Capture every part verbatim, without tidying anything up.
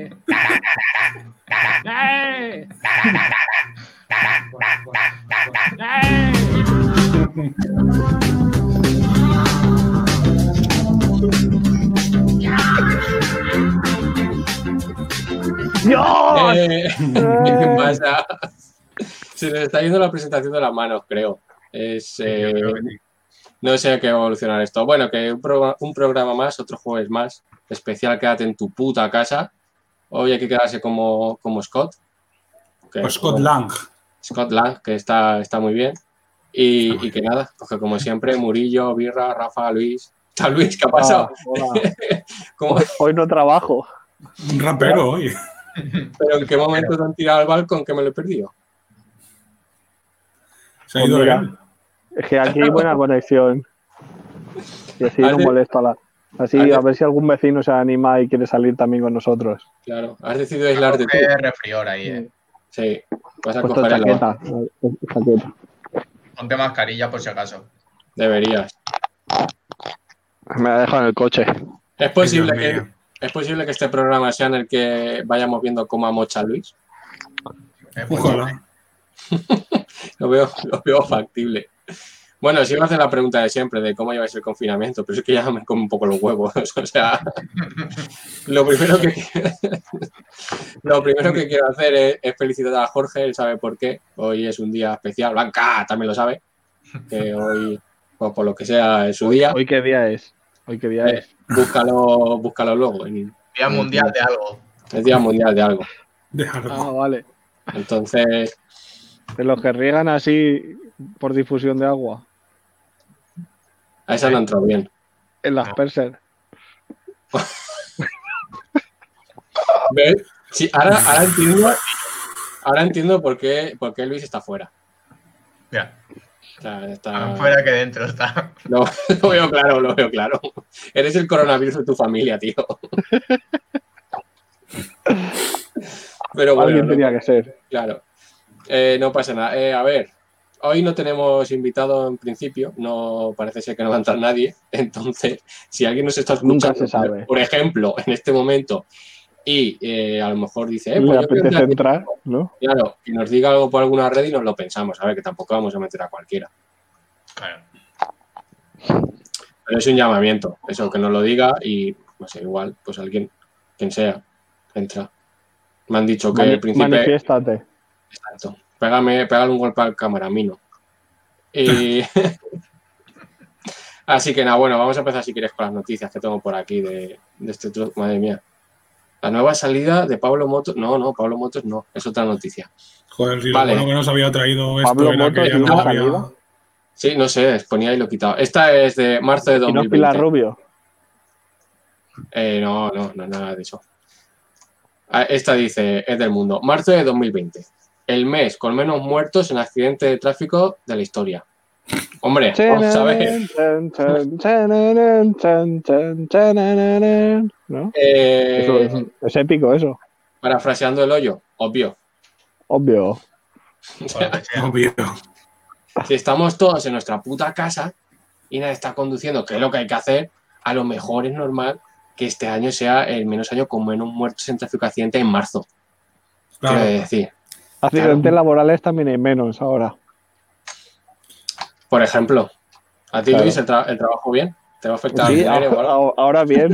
¡Eh! ¡Dios! Eh, ¿Qué pasa? Se nos está yendo la presentación de las manos, creo. Es, eh, no sé a qué va a evolucionar esto. Bueno, que un, pro- un programa más, otro jueves más, especial, quédate en tu puta casa. Hoy hay que quedarse como, como Scott. Que, O Scott bueno, Lang. Scott Lang, que está, está muy bien. Y, y que nada, coge como siempre, Murillo, Birra, Rafa, Luis. ¿Está Luis? ¿Qué ha pasado? Ah, hola. ¿Cómo? Hoy, hoy no trabajo. Un rapero hoy. ¿Pero en qué momento te han tirado al balcón que me lo he perdido? Se ha Pues ido mira, él. es que aquí hay buena conexión. Y así no Hace- molesta la. Así hace- a ver si algún vecino se anima y quiere salir también con nosotros. Claro, has decidido aislarte tú. Coge refrior ahí, eh. Sí, vas a Puesto coger el chaqueta. chaqueta. Ponte mascarilla por si acaso. Deberías. Me la dejo en el coche. Es posible, Ay, Dios que, mío. es posible que este programa sea en el que vayamos viendo cómo amocha Luis. Eh, pues, Ojalá. Lo veo, lo veo factible. Bueno, si me hacen la pregunta de siempre de cómo lleváis el confinamiento, pero es que ya me come un poco los huevos. O sea, lo primero que lo primero que quiero hacer es, es felicitar a Jorge, él sabe por qué. Hoy es un día especial. Blanca también lo sabe. Que hoy, pues, por lo que sea, es su día. ¿Hoy qué día es? ¿Hoy qué día Eh, es? búscalo, búscalo luego. en- Día mundial de algo. Es Día Mundial de algo. Déjalo. Ah, vale. Entonces, De los que riegan así por difusión de agua. a esa no entró bien. En las No. Perser. ¿Ves? Sí, ahora, ahora entiendo, ahora entiendo por qué, por qué Luis está fuera. Mira, O sea, está- más fuera que dentro está. Lo, lo veo claro, lo veo claro. Eres el coronavirus de tu familia, tío. Pero bueno, Alguien no, tenía que ser. claro. Eh, no pasa nada. Eh, a ver, hoy no tenemos invitado en principio, no parece ser que no va a entrar nadie. Entonces, si alguien nos está escuchando, Nunca se sabe. por ejemplo, en este momento, y eh, a lo mejor dice, eh, Le pues yo quiero apetece entrar, entrar, ¿no? claro, que nos diga algo por alguna red y nos lo pensamos, a ver, que tampoco vamos a meter a cualquiera. Claro. Pero es un llamamiento, eso, que nos lo diga y, no sé, igual, pues alguien, quien sea, entra. Me han dicho que Mani- el príncipe... Manifiéstate. Exacto. Pégame, pégale un golpe al cámara, a mí no. Y... Así que nada, bueno, vamos a empezar si quieres con las noticias que tengo por aquí de, de este truco. Madre mía. La nueva salida de Pablo Motos. No, no, Pablo Motos no, es otra noticia. Joder, si Vale. lo bueno que nos había traído esto Pablo era Motos que ya y no una había... salida. Sí, no sé, ponía y lo he quitado. Esta es de marzo de Y no dos es mil veinte. Pilar Rubio. Eh, no, no, no, nada de eso. Ah, esta dice, es del mundo. Marzo de dos mil veinte. El mes con menos muertos en accidente de tráfico de la historia. Hombre, vamos a ver. Chan, chan, chan, chan, chan, chan, ¿no? Eh, Eso es, es épico eso. Parafraseando el hoyo, obvio. Obvio. Por lo que sea. Obvio. Si estamos todos en nuestra puta casa y nadie está conduciendo, que es lo que hay que hacer, a lo mejor es normal que este año sea el menos año con menos muertos en tráfico accidente en marzo. Claro. Quiero decir, Accidentes Claro. laborales también hay menos ahora. por ejemplo, a ti, Claro. Luis, el, tra- el trabajo bien, ¿te va a afectar Sí, el dinero o algo? ahora, ahora bien.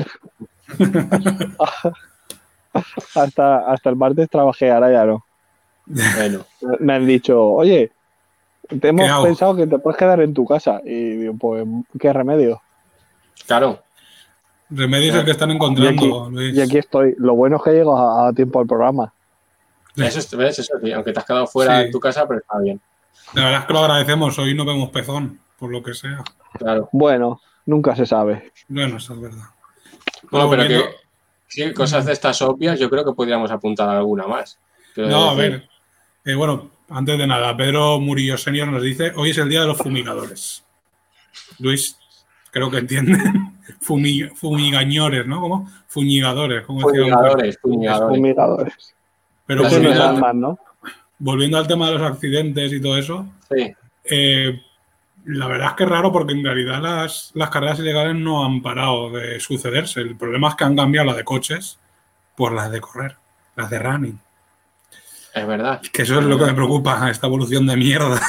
hasta, hasta el martes trabajé, ahora ya no. Bueno, Me han dicho, oye, te hemos ¿Qué hago? pensado que te puedes quedar en tu casa. Y digo, pues, ¿qué remedio? claro, Remedios es el que están Y encontrando, aquí, Luis. y aquí estoy. Lo bueno es que llego a, a tiempo al programa. eso es, ¿ves? Eso sí, aunque te has quedado fuera Sí. en tu casa, pero está bien, La verdad es que lo agradecemos. Hoy no vemos pezón, por lo que sea. claro. Bueno, nunca se sabe. Bueno, eso es verdad. Bueno, pero volviendo- que sí, cosas de estas obvias, yo creo que podríamos apuntar alguna más. Quiero No, a decir, ver. Eh, bueno, antes de nada, Pedro Murillo Senior nos dice: hoy es el día de los fumigadores. Luis, creo que entienden. Fumi- fumigañores, ¿no? ¿Cómo? Fuñigadores. Como decía un- Fumigadores, fumigadores. Fumigadores. Pero Eso no es volviendo, al- Ant-Man, ¿no? volviendo al tema de los accidentes y todo eso, Sí, eh, la verdad es que es raro porque en realidad las, las carreras ilegales no han parado de sucederse. El problema es que han cambiado la de coches por las de correr, las de running. Es verdad. Que eso es lo que me preocupa, esta evolución de mierda.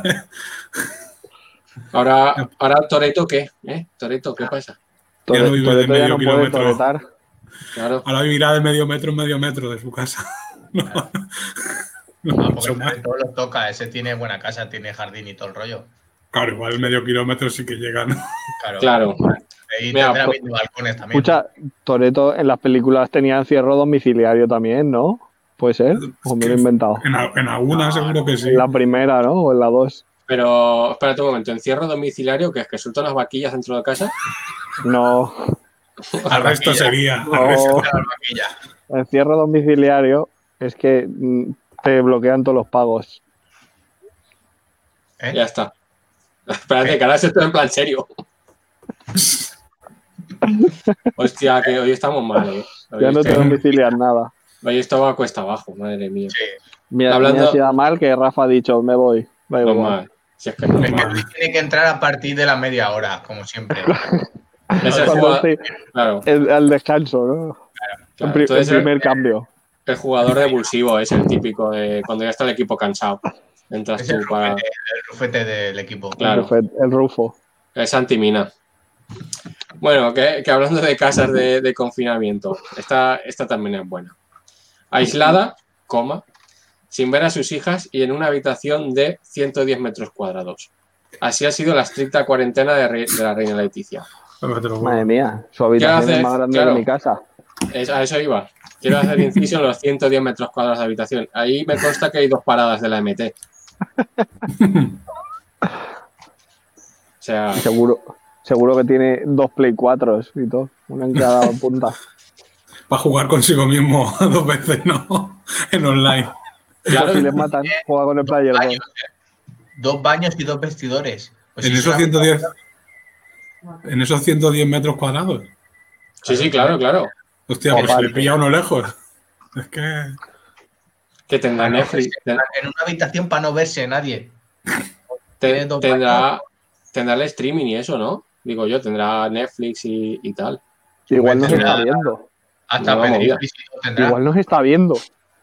Ahora, ahora Toretto, ¿qué? ¿Eh? Toretto, ¿qué pasa? Ya no Tore- vive de Toretto ya medio no puede kilómetro. toretar. Claro. Ahora vivirá de medio metro en medio metro de su casa. No, no Ah, mucho porque más. todo lo toca. Ese tiene buena casa, tiene jardín y todo el rollo. Claro, igual el medio kilómetro sí que llega, ¿no? Claro. Claro. Y Mira, tendrá po- veinte balcones también. Escucha, Toretto en las películas tenía encierro domiciliario también, ¿no? ¿Puede ser? ¿O me lo he inventado? En, a- en algunas seguro que sí. En la primera, ¿no? O en la dos. Pero, espérate un momento, ¿encierro domiciliario que es que suelta unas vaquillas dentro de casa? No, Arresto vaquilla. sería. no. Arresto. La vaquilla. Encierro domiciliario es que mm, te bloquean todos los pagos. ¿Eh? Ya está. Espérate, que ahora se estoy en plan serio. Hostia, que hoy estamos mal, ¿eh? Hoy, Ya no te estoy- domicilian nada. hoy esto va a cuesta abajo, madre mía. Sí. Mira, Hablando- me ha sido mal que Rafa ha dicho, me voy. Da igual. Normal. Si es que es Es que normal. Luis tiene que entrar a partir de la media hora, como siempre. Es el Cuando jugador, esté claro, el- al descanso, ¿no? claro. El, pri- Entonces, el primer cambio. el jugador revulsivo es el típico de cuando ya está el equipo cansado. Entras Es el tú para. rufete, el rufete del equipo. Claro. El, Rufet- el Rufo. Es antimina. Bueno, que, que hablando de casas de, de confinamiento, esta, esta también es buena. Aislada, coma, sin ver a sus hijas y en una habitación de ciento diez metros cuadrados. Así ha sido la estricta cuarentena de, re- de la reina Leticia. Pero te lo juro. Madre mía, su habitación haces? es más grande Claro. que mi casa. Es, a eso iba. Quiero hacer inciso en los ciento diez metros cuadrados de habitación. Ahí me consta que hay dos paradas de la M T. O sea, Seguro, seguro que tiene dos Play cuatro y todo. Una en cada punta. Para jugar consigo mismo dos veces, ¿no? En online. claro, Si les matan, juega con el Player dos. Baños, ¿eh? Dos baños y dos vestidores. Pues En si esos es una- ciento diez. En esos ciento diez metros cuadrados. sí, sí, claro, claro. Hostia, pues se Aparte. le pilla a uno lejos. Es que. Que tendrá para no Netflix. verse- en una habitación para no verse nadie. Te- Tiene dos tendrá, tendrá el streaming y eso, ¿no? Digo yo, tendrá Netflix y, y tal. Igual nos Tendrá- está viendo. Hasta No, pedir movida. visita tendrá. Igual nos está viendo.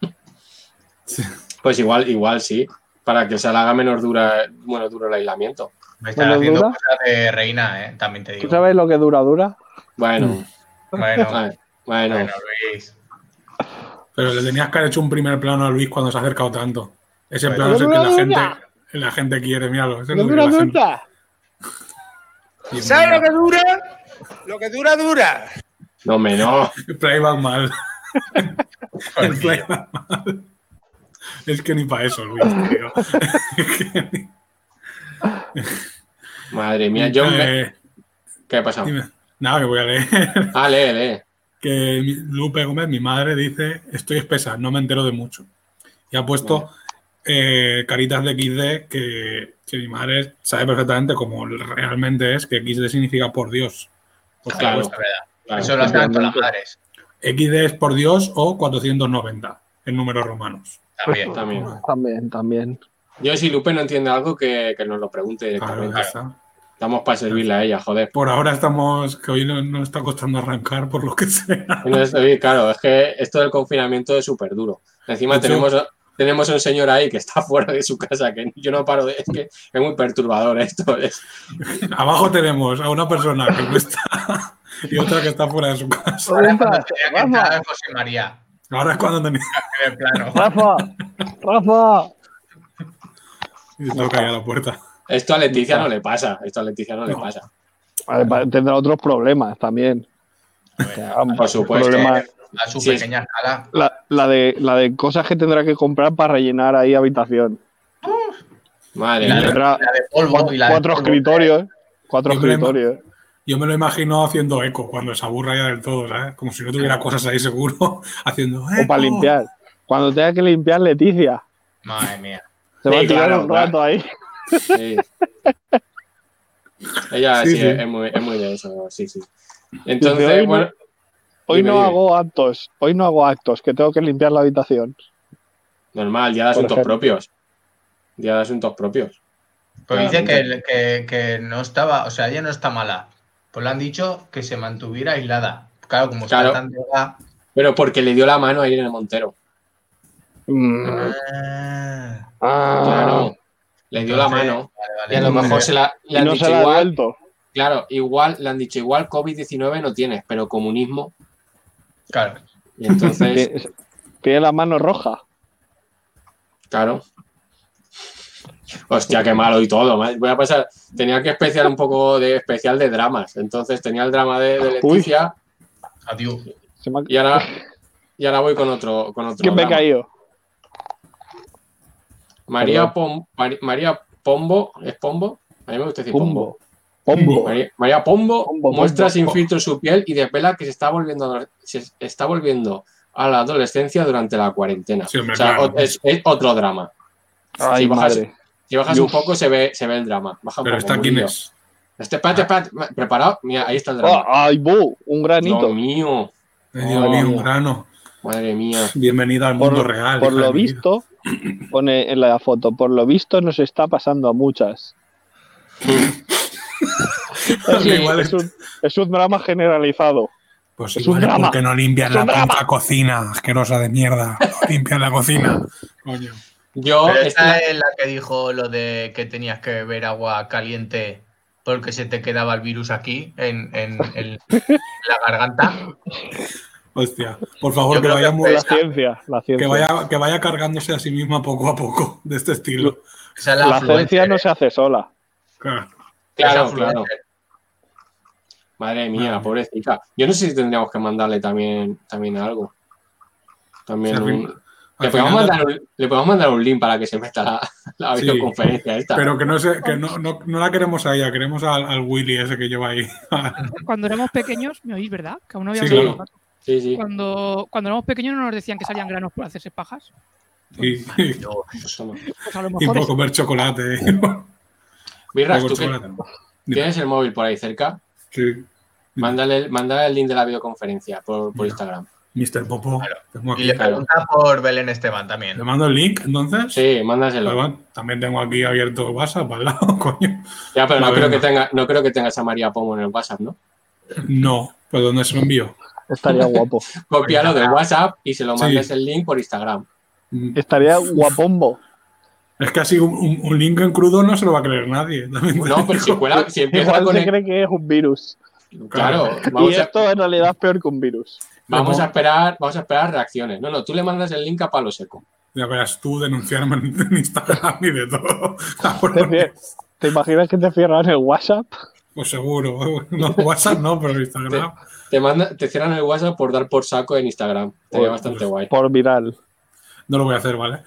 Pues igual, igual sí. Para que se le haga menos dura, bueno, duro el aislamiento. Me están Bueno, haciendo dura. cosas de reina, ¿eh? También te ¿Tú digo. sabes lo que dura, dura? Bueno, Bueno, bueno, bueno. bueno, Luis. Pero le tenías que haber hecho un primer plano a Luis cuando se ha acercado tanto. Ese Bueno. plano es el que la Dura, gente, dura. la gente quiere, míralo. Ese es ¿Lo lo que dura, la gente- dura? Dios ¿Sabes mío. lo que dura? Lo que dura, dura. No, hombre, no. El playback mal. El playback mal. Es que ni para eso, Luis, tío. Es que ni- Madre mía, yo me... Eh, ¿Qué ha pasado? dime. Nada, que voy a leer. Ah, lee, lee. Que mi- Lupe Gómez, mi madre, dice: estoy espesa, no me entero de mucho. Y ha puesto eh, caritas de equis de que, que mi madre sabe perfectamente cómo realmente es, que equis de significa por Dios. Por Claro. supuesto. Claro. Eso lo hacen todas las madres. equis de es por Dios o cuatrocientos noventa en números romanos. También. También. También, también. Yo, si Lupe no entiende algo, que, que nos lo pregunte Claro, directamente. ya está. Estamos para servirle a ella, joder. Por ahora estamos, que hoy no nos está costando arrancar por lo que sea. Y no estoy- claro, es que esto del confinamiento es súper duro. Encima De hecho- tenemos, tenemos a un señor ahí que está fuera de su casa, que yo no paro de... Es que es muy perturbador esto. Es, Abajo tenemos a una persona que no está y otra que está fuera de su casa. Ahora Rafa, cuando tenía que Rafa. entrar José María Ahora es cuando tenía en el plano. Rafa, Rafa. y toca ahí a la puerta. esto a Leticia no le pasa. Esto a Leticia no, le No. pasa. Vale, pa- tendrá otros problemas también. O sea, Por supuesto. problemas- A su Sí, es- pequeña escala. la, la de, la de cosas que tendrá que comprar para rellenar ahí habitación. Madre La de, mía. Tendrá la de polvo y la de cuatro polvo. escritorios. Cuatro Yo creo- escritorios. Yo me lo imagino haciendo eco cuando se aburra ya del todo, ¿sabes? Como si no tuviera cosas ahí seguro, haciendo eco. O para limpiar. Cuando tenga que limpiar Leticia, Madre mía. se va Sí, a tirar claro, un claro. rato ahí. Sí. Ella Sí, sí, sí. Es, muy, es muy de eso, sí, sí. Dice, Entonces, hoy no- bueno, Hoy Dime, no dime. hago actos. Hoy no hago actos, que tengo que limpiar la habitación. normal, día de Por asuntos ejemplo. propios. Día de asuntos propios. Pues dice Claramente. que, que, que no estaba, o sea, ella no está mala. Pues le han dicho que se mantuviera aislada. Claro, como Claro. está tan drogada, Pero porque le dio la mano a Irene Montero. Mm, Ah, ah, Claro, le dio la entonces, mano. vale, vale. Y a lo mejor se la, le y han no dicho se la ha igual. devuelto. Claro, igual, le han dicho igual COVID diecinueve no tienes, pero comunismo. Claro. Y entonces, Tiene- Tiene la mano roja. claro. Hostia, qué malo y todo. ma- Voy a pasar. Tenía que especial un poco de especial de dramas. Entonces tenía el drama de, de Leticia Adiós. Se me ha- y ahora, y ahora voy con otro, con otro que me he drama. caído. María, Pom- Mari- María Pombo, ¿es Pombo? A mí me gusta decir Pombo. Pombo. Pombo. María, María Pombo, Pombo, muestra Pombo. sin filtro su piel y desvela que se está volviendo, se está volviendo a la adolescencia durante la cuarentena. Sí, hombre, o sea, claro. o- es, es otro drama. Ay, Si bajas- madre. Si bajas Uf. un poco se ve, se ve el drama. Baja un Pero poco, esta quién Murillo. es. Este, espérate, espérate, ¿preparado? Mira, ahí está el drama. Ah, ay, bu, un granito. Dios mío, Ay, Dios Oh. mío, un grano. madre mía. Bienvenida al Por, mundo real. por hija lo de mi vida. visto, pone en la foto, por lo visto nos está pasando a muchas. Es, Sí, igual es es- un, es un drama generalizado. Pues es igual un es drama. porque no limpian Es un la drama. puta cocina, asquerosa de mierda. No limpian la cocina. Coño. Yo, Pero esta- esta es la que dijo lo de que tenías que beber agua caliente porque se te quedaba el virus aquí, en, en- en la garganta. Hostia. Por favor, Yo que creo que vaya, fue mu- La ciencia, la que, ciencia. vaya, que vaya cargándose a sí misma poco a poco de este estilo. Esa es La afluencer, ciencia no ¿eh? se hace sola. Claro. claro, Esa claro. afluencer. Madre mía, Madre. pobrecita. Yo no sé si tendríamos que mandarle también, también algo. También O sea, un- al le, podemos final- mandar un, le podemos mandar un link para que se meta la, la Sí. videoconferencia esta. Pero que no sé, que no, no, no la queremos a ella, queremos al, al Willy ese que lleva ahí. Cuando éramos pequeños, me oís, ¿verdad? Que aún no había Sí, hablado. claro. Sí, sí. Cuando, cuando éramos pequeños no nos decían que salían granos por hacerse pajas. y, Yo- Pues toma. Pues a lo y mejor por es- comer chocolate. Birras, Por ¿tú que chocolate. tienes el móvil por ahí cerca? Sí. Mándale, mándale el link de la videoconferencia por, por Mira. Instagram. mister Popo. Claro. Tengo Y aquí. le Claro. pregunta por Belén Esteban también. ¿Le mando el link entonces? Sí, mándaselo. Pero bueno, también tengo aquí abierto WhatsApp al lado, coño. Ya, pero no Vale, creo, que venga. tenga, no creo que tengas a María Pomo en el WhatsApp, ¿no? No, ¿pero dónde se lo envío? Estaría guapo. Cópialo de WhatsApp y se lo Sí. mandes el link por Instagram. Mm. Estaría guapombo. Es que así un, un- un link en crudo no se lo va a creer nadie. también te No, pero si, digo. cuela, si empieza Igual con se el- cree que es un virus. Claro, Y vamos a, esto en realidad es peor que un virus. vamos a esperar, vamos a esperar reacciones. No, no, tú le mandas el link a Palo Seco. Ya verás tú denunciarme en, en Instagram y de todo. ¿Te, fie- ¿Te imaginas que te cierran el WhatsApp? Pues seguro. No, WhatsApp no, pero Instagram. Te, manda, te cierran el WhatsApp por dar por saco en Instagram. Sería Por- bastante guay. Por viral. No lo voy a hacer, ¿vale?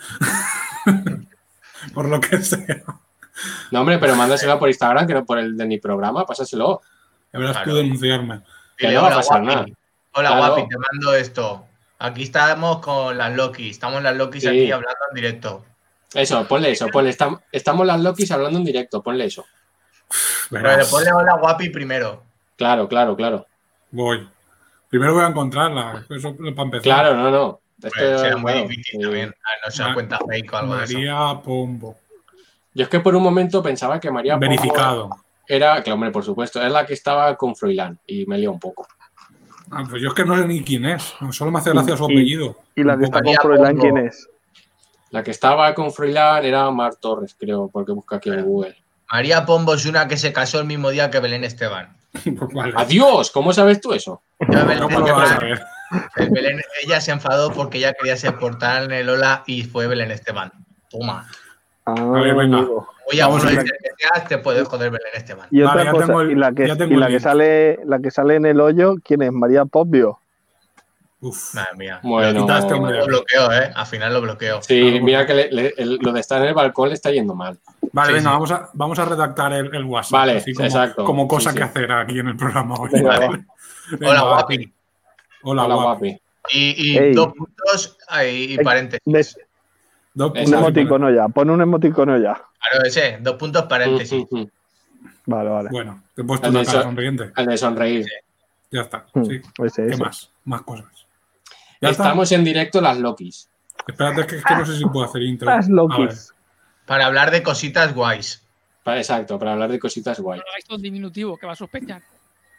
Por lo que sea. No, hombre, pero mándaselo por Instagram, que no por el de mi programa, pásaselo. Ya verás Claro. tú denunciarme. Que Dile, no va a hola, pasar guapi. nada. Hola, Claro. guapi, te mando esto. Aquí estamos con las Loki. Estamos las Loki Sí. aquí hablando en directo. Eso, ponle eso, ponle. Estam- Estamos las Lokis hablando en directo, ponle eso. Pero Verás. ponle hola, guapi primero. Claro, claro, claro. Voy. Primero voy a encontrarla. Eso para empezar. Claro, no, no. Pues Esto, será muy claro, difícil eh, también. Ah, no se da Ma- cuenta fake o algo de eso. María Pombo. Yo es que por un momento pensaba que María Pombo Verificado. era, que hombre, por supuesto, es la que estaba con Froilán y me lío un poco. Ah, pues yo es que no sé ni quién es. Solo me hace gracia su Y- apellido. ¿Y la que Un está poco. con María Froilán Pombo. quién es? La que estaba con Froilán era Mar Torres, creo, porque busca aquí en Google. María Pombo es una que se casó el mismo día que Belén Esteban. Pues vale. ¡Adiós! ¿Cómo sabes tú eso? Ya Belén ¿Cómo lo vas a Esteban- saber? el Belén- ella se enfadó porque ella quería ser portada en el Ola y fue Belén Esteban. Toma. Ah, ver, venga. amigo. Voy a Vamos a poner ver. que seas, te puede joder Belén Esteban. Y Vale, otra ya cosa, tengo el- y la que, ya tengo y el la que link. sale, la que sale en el hoyo, ¿quién es? María Poppio. Uf. Madre mía. Bueno. Al final Este hombre. lo bloqueo, ¿eh? Al final lo bloqueo. Sí, mira que le- le- el- lo de estar en el balcón le está yendo mal. Vale, Sí, venga, sí. Vamos, a, vamos a redactar el, el WhatsApp. Vale, así como, exacto. como cosa Sí, que sí. hacer aquí en el programa hoy. Venga, Vale. va. Venga, Hola, va. guapi. Hola, Hola, guapi. guapi. Y, y Ey. dos puntos ahí, y Ey, paréntesis. De- Dos Un un puntos y emoticono ya, pon un emoticono ya. Claro, ese, dos puntos paréntesis. Mm, mm, mm. Vale, vale. Bueno, te he puesto El una de cara eso- sonriente. El de sonreír. Ya está. Hmm, Sí. ese, ¿Qué ese. más? Más cosas. Ya Estamos en directo las Lokis. está. Espérate, es que, es que no sé si puedo hacer intro. Las A ver. Lokis. Para hablar de cositas guays. Pa- Exacto, para hablar de cositas guay. No lo hagáis todo en diminutivo, que va a sospechar.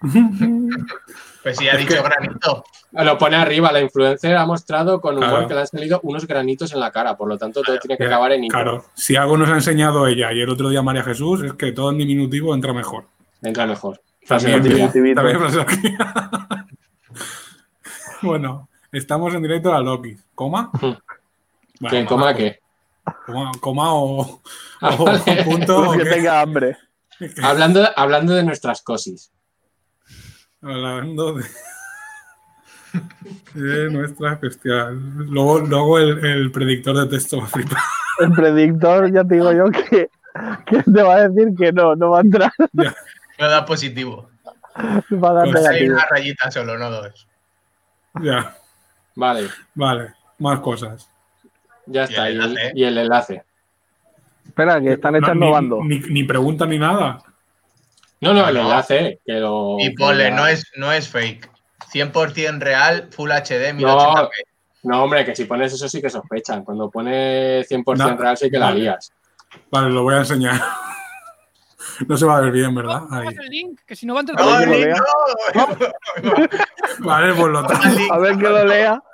Pues sí, ha Es dicho que- granito. Lo pone arriba, la influencer ha mostrado con humor Claro. que le han salido unos granitos en la cara, por lo tanto todo tiene que Ya, acabar en intro. Claro, si algo nos ha enseñado ella y el otro día María Jesús, es que todo en diminutivo entra mejor. Entra mejor. También, Fraseología. Diminutivito. también fraseología. Bueno, estamos en directo a Loki. ¿Coma? Ujú. Bueno, ¿Qué, más coma cosas. qué? Coma, coma o, Ah, o vale. punto. o que qué. tenga hambre. Hablando, hablando de nuestras cosis. Hablando de, de nuestra cuestión. Luego, luego el, el predictor de texto va a flipar. El predictor, ya te digo yo, que, que te va a decir que no, no va a entrar, Ya, No da positivo. va a dar Pues Hay negativo. una rayita solo, no dos. ya, Vale, vale. Más cosas. ya Y está. el Y el, enlace. y el enlace. Espera, que están No, echando ni, bando. ni, ni pregunta ni nada. No, no, el No. enlace. Que lo, Y que ponle, ya- no es, no es fake. cien por ciento real, Full H D, mil No. ochenta p. No, hombre, que si pones eso sí que sospechan. Cuando pone cien por ciento No, real sí que la vale. lías. Vale, lo voy a enseñar. No se va a ver bien, ¿verdad? Ahí. el link, que si no va a entrar. A ver, ¡No, que lo Link, lea. no! Vale, pues lo A ver que lo lea.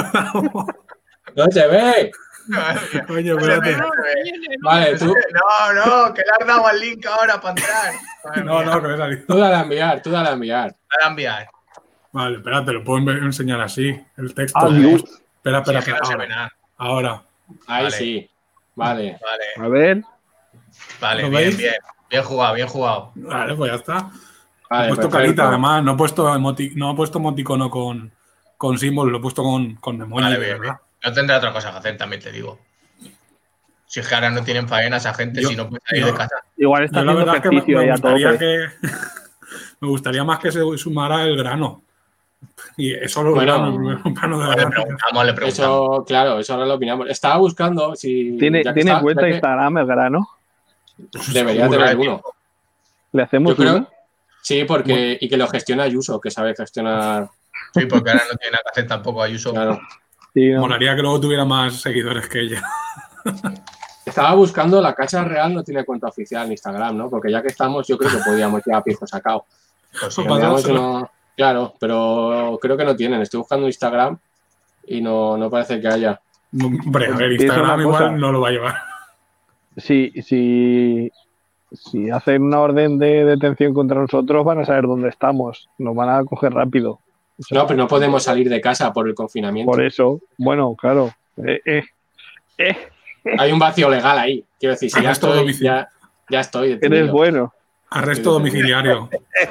¡No se ve! Oye, No se ve, espérate. no se ve. Vale, tú, No, no, que le has dado al link ahora para entrar. Madre No, mía. no, que me he salido. tú dale a enviar, tú dale a enviar. Para enviar. Vale, espérate, lo puedo enve- enseñar así. El texto. Adiós. Espera, Si espera, es que espera. no se Ahora. ve nada. Ahora. Ahí Vale. sí. Vale. Vale, A ver. vale, ¿Lo bien, veis? bien. Bien jugado, bien jugado. Vale, pues ya está. Vale, he puesto perfecto. carita, además. No he puesto, emoti no he puesto emoticono con, con símbolos, lo he puesto con, con emoji, Vale, de bien, bien. verdad. No tendrá otra cosa que hacer, también te digo. Si es que ahora no tienen faena esa gente, Yo- si no puede salir yo- de casa. Igual está Yo la haciendo verdad es que me, ejercicio me ahí a gustaría tope. que me gustaría más que se sumara el grano. Y eso lo Bueno. grano, el primer plano de Le grano. preguntamos, le preguntamos. Eso, claro, eso ahora lo opinamos. Estaba buscando si. ¿Tiene, ya que ¿tiene está- cuenta ya de que Instagram el grano? Debería Seguro. tener uno. ¿Le hacemos Yo creo. uno? Sí, porque. Y que lo gestiona Ayuso, que sabe gestionar. Sí, porque ahora no tiene nada que hacer tampoco Ayuso. Claro. Sí, no. Molaría que luego tuviera más seguidores que ella. Estaba buscando, la Cacha Real no tiene cuenta oficial en Instagram, ¿no? Porque ya que estamos, yo creo que podíamos ya a pijo sacado. Pues sí. Opa. Tendríamos Pasárselo. uno- Claro, pero creo que no tienen. Estoy buscando Instagram y no, no parece que haya. Hombre, a ver, Piensa Instagram una cosa. igual no lo va a llevar. Si, si, si hacen una orden de detención contra nosotros, van a saber dónde estamos. Nos van a coger rápido. O sea, No, pero no podemos salir de casa por el confinamiento. por eso, bueno, claro. Eh, eh, eh, Hay un vacío legal ahí. Quiero decir, si ya Arresto estoy, domicilio. ya, ya estoy detenido. eres bueno. Arresto domiciliario.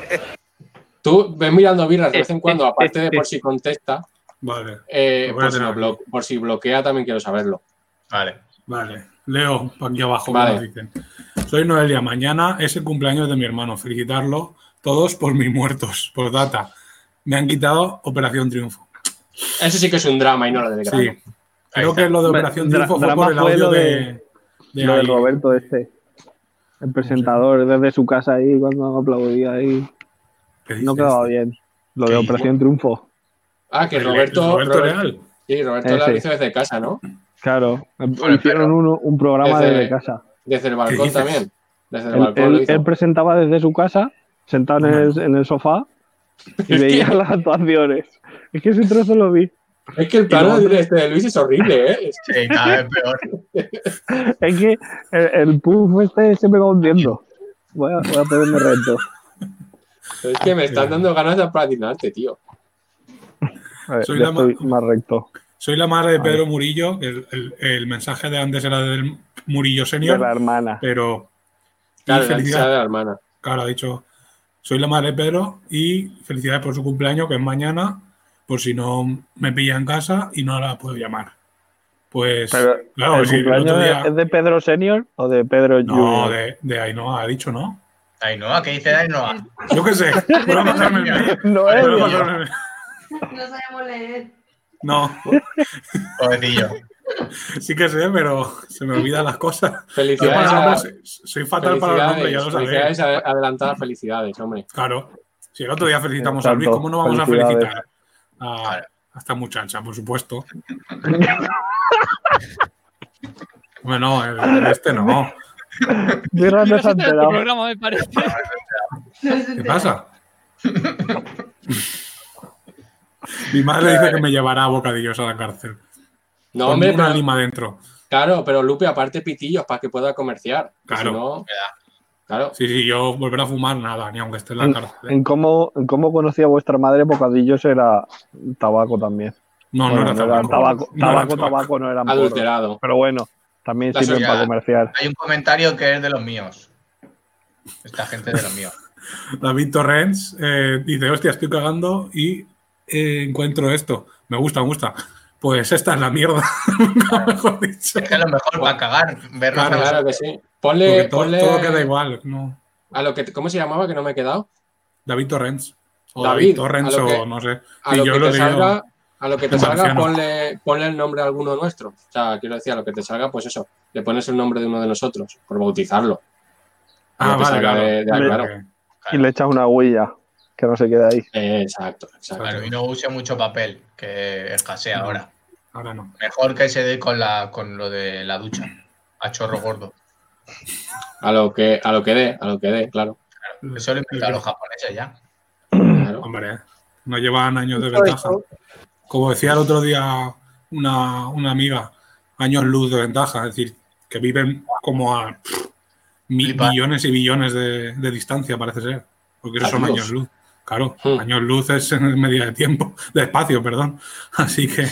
Tú ves mirando birras de vez en cuando, aparte de por si contesta, Vale, eh, Lo voy a por, si tener no aquí. blo- por si bloquea también quiero saberlo. Vale. vale. Leo, aquí abajo, Vale. como dicen. Soy Noelia. Mañana es el cumpleaños de mi hermano. Felicitarlo todos por mis muertos. Por data. Me han quitado Operación Triunfo. Eso sí que es un drama y no lo del grano. Sí. Creo está. que lo de Dra- Operación dra- Triunfo fue drama por el fue audio lo de, de- de Lo de ahí. Roberto este. El presentador desde su casa ahí cuando aplaudía ahí. ¿Qué No dices? quedaba bien. Lo de ¿Qué Operación Triunfo. Ah, que El- Roberto. Roberto Robert- Leal. Sí, Roberto Ese. lo hizo desde casa, ¿no? Claro. Bueno, Hicieron pero- un, un programa Desde- desde casa. Desde el balcón dices? también. Desde el Él, balcón él- lo hizo. él presentaba desde su casa, sentado en el, en el sofá, y Es veía que- las actuaciones. Es que ese trozo lo vi. Es que el plano de, este de Luis es horrible, ¿eh? Es- Sí, cada vez peor. Es que el, el puff este se me va hundiendo. Voy a, voy a ponerme recto. Es que me están dando ganas de aplaudinarte, tío. A ver, Soy ya la ma- estoy más recto. Soy la madre de Pedro Murillo. El, el- el mensaje de antes era del Murillo De Senior, la hermana. pero. y Claro, la felicidades. de la hermana. Claro, ha dicho, soy la madre de Pedro y felicidades por su cumpleaños, que es mañana, por si no me pilla en casa y no la puedo llamar. Pues, Pero, claro, ¿el si el cumpleaños otro día- es de Pedro Senior o de Pedro No, Junior? de, de Ainhoa, ha dicho, ¿no? Ainhoa, ¿qué dice Ainhoa? Yo qué sé, voy a pasarme el mail. No Voy a es. pasarme el mail. No sabemos leer. No, Pobrecillo. sí que sé, pero se me olvidan las cosas. Yo Felicidades, para a, nombres soy, soy fatal para los nombres, ya lo felicidades, sabéis. felicidades adelantadas, felicidades, hombre. Claro, si el otro día felicitamos a Exacto, Luis, ¿cómo no vamos a felicidades. felicitar a, a esta muchacha? Por supuesto. Bueno, el- este no. Birra no se ha Mira, si está en tu enterado. programa, me parece. No se ¿Qué entera. pasa? Mi madre dice que me llevará a bocadillos a la cárcel. No, Con hombre, una pero, lima dentro. claro, pero Lupe, aparte pitillos para que pueda comerciar. que Claro. Si no, claro. Sí, sí, yo volver a fumar nada, ni aunque esté en la En, cárcel. ¿eh? en cómo, en cómo conocía vuestra madre, bocadillos era tabaco también. No, Bueno, no era no era tabaco. tabaco, No era tabaco, tabaco no eran porros. Adulterado. Pero bueno, también La sirven soya. para comerciar. Hay un comentario que es de los míos. Esta gente es de los míos. David Torrens eh, dice, hostia, estoy cagando y eh, encuentro esto. Me gusta, me gusta. Pues esta es la mierda. Nunca mejor dicho. Es que es lo mejor para cagar. Vernos Claro, a Claro nosotros. que sí. Porque Ponle, todo, ponle todo queda igual. No. a lo que, ¿cómo se llamaba? Que no me he quedado. David Torrens. O David, David Torrens a lo que- o no sé. A Sí, lo yo que lo he te leído. salga, a lo que te en salga, valenciano. ponle, ponle el nombre de alguno nuestro. O sea, quiero decir, a lo que te salga, pues eso, le pones el nombre de uno de nosotros, por bautizarlo. A Ah, lo que vale, salga claro. de- de- Me- claro. Porque- Y le echas una huella, que no se quede ahí. Eh, exacto, exacto. Claro, y no use mucho papel, que escasea No. ahora. Ahora no. Mejor que se dé con, la, con lo de la ducha. A chorro gordo. A lo que, a lo que dé, a lo que dé, claro. Eso lo inventaron los japoneses ya. Claro. Hombre, no llevan años de Todo ventaja. esto- Como decía el otro día una, una amiga, años luz de ventaja. Es decir, que viven como a pff, mi- Flipa. billones y billones de, de distancia, parece ser. Porque esos son Adiós. años luz. Claro, Hmm. años luz es en medida de tiempo, de espacio, perdón. Así que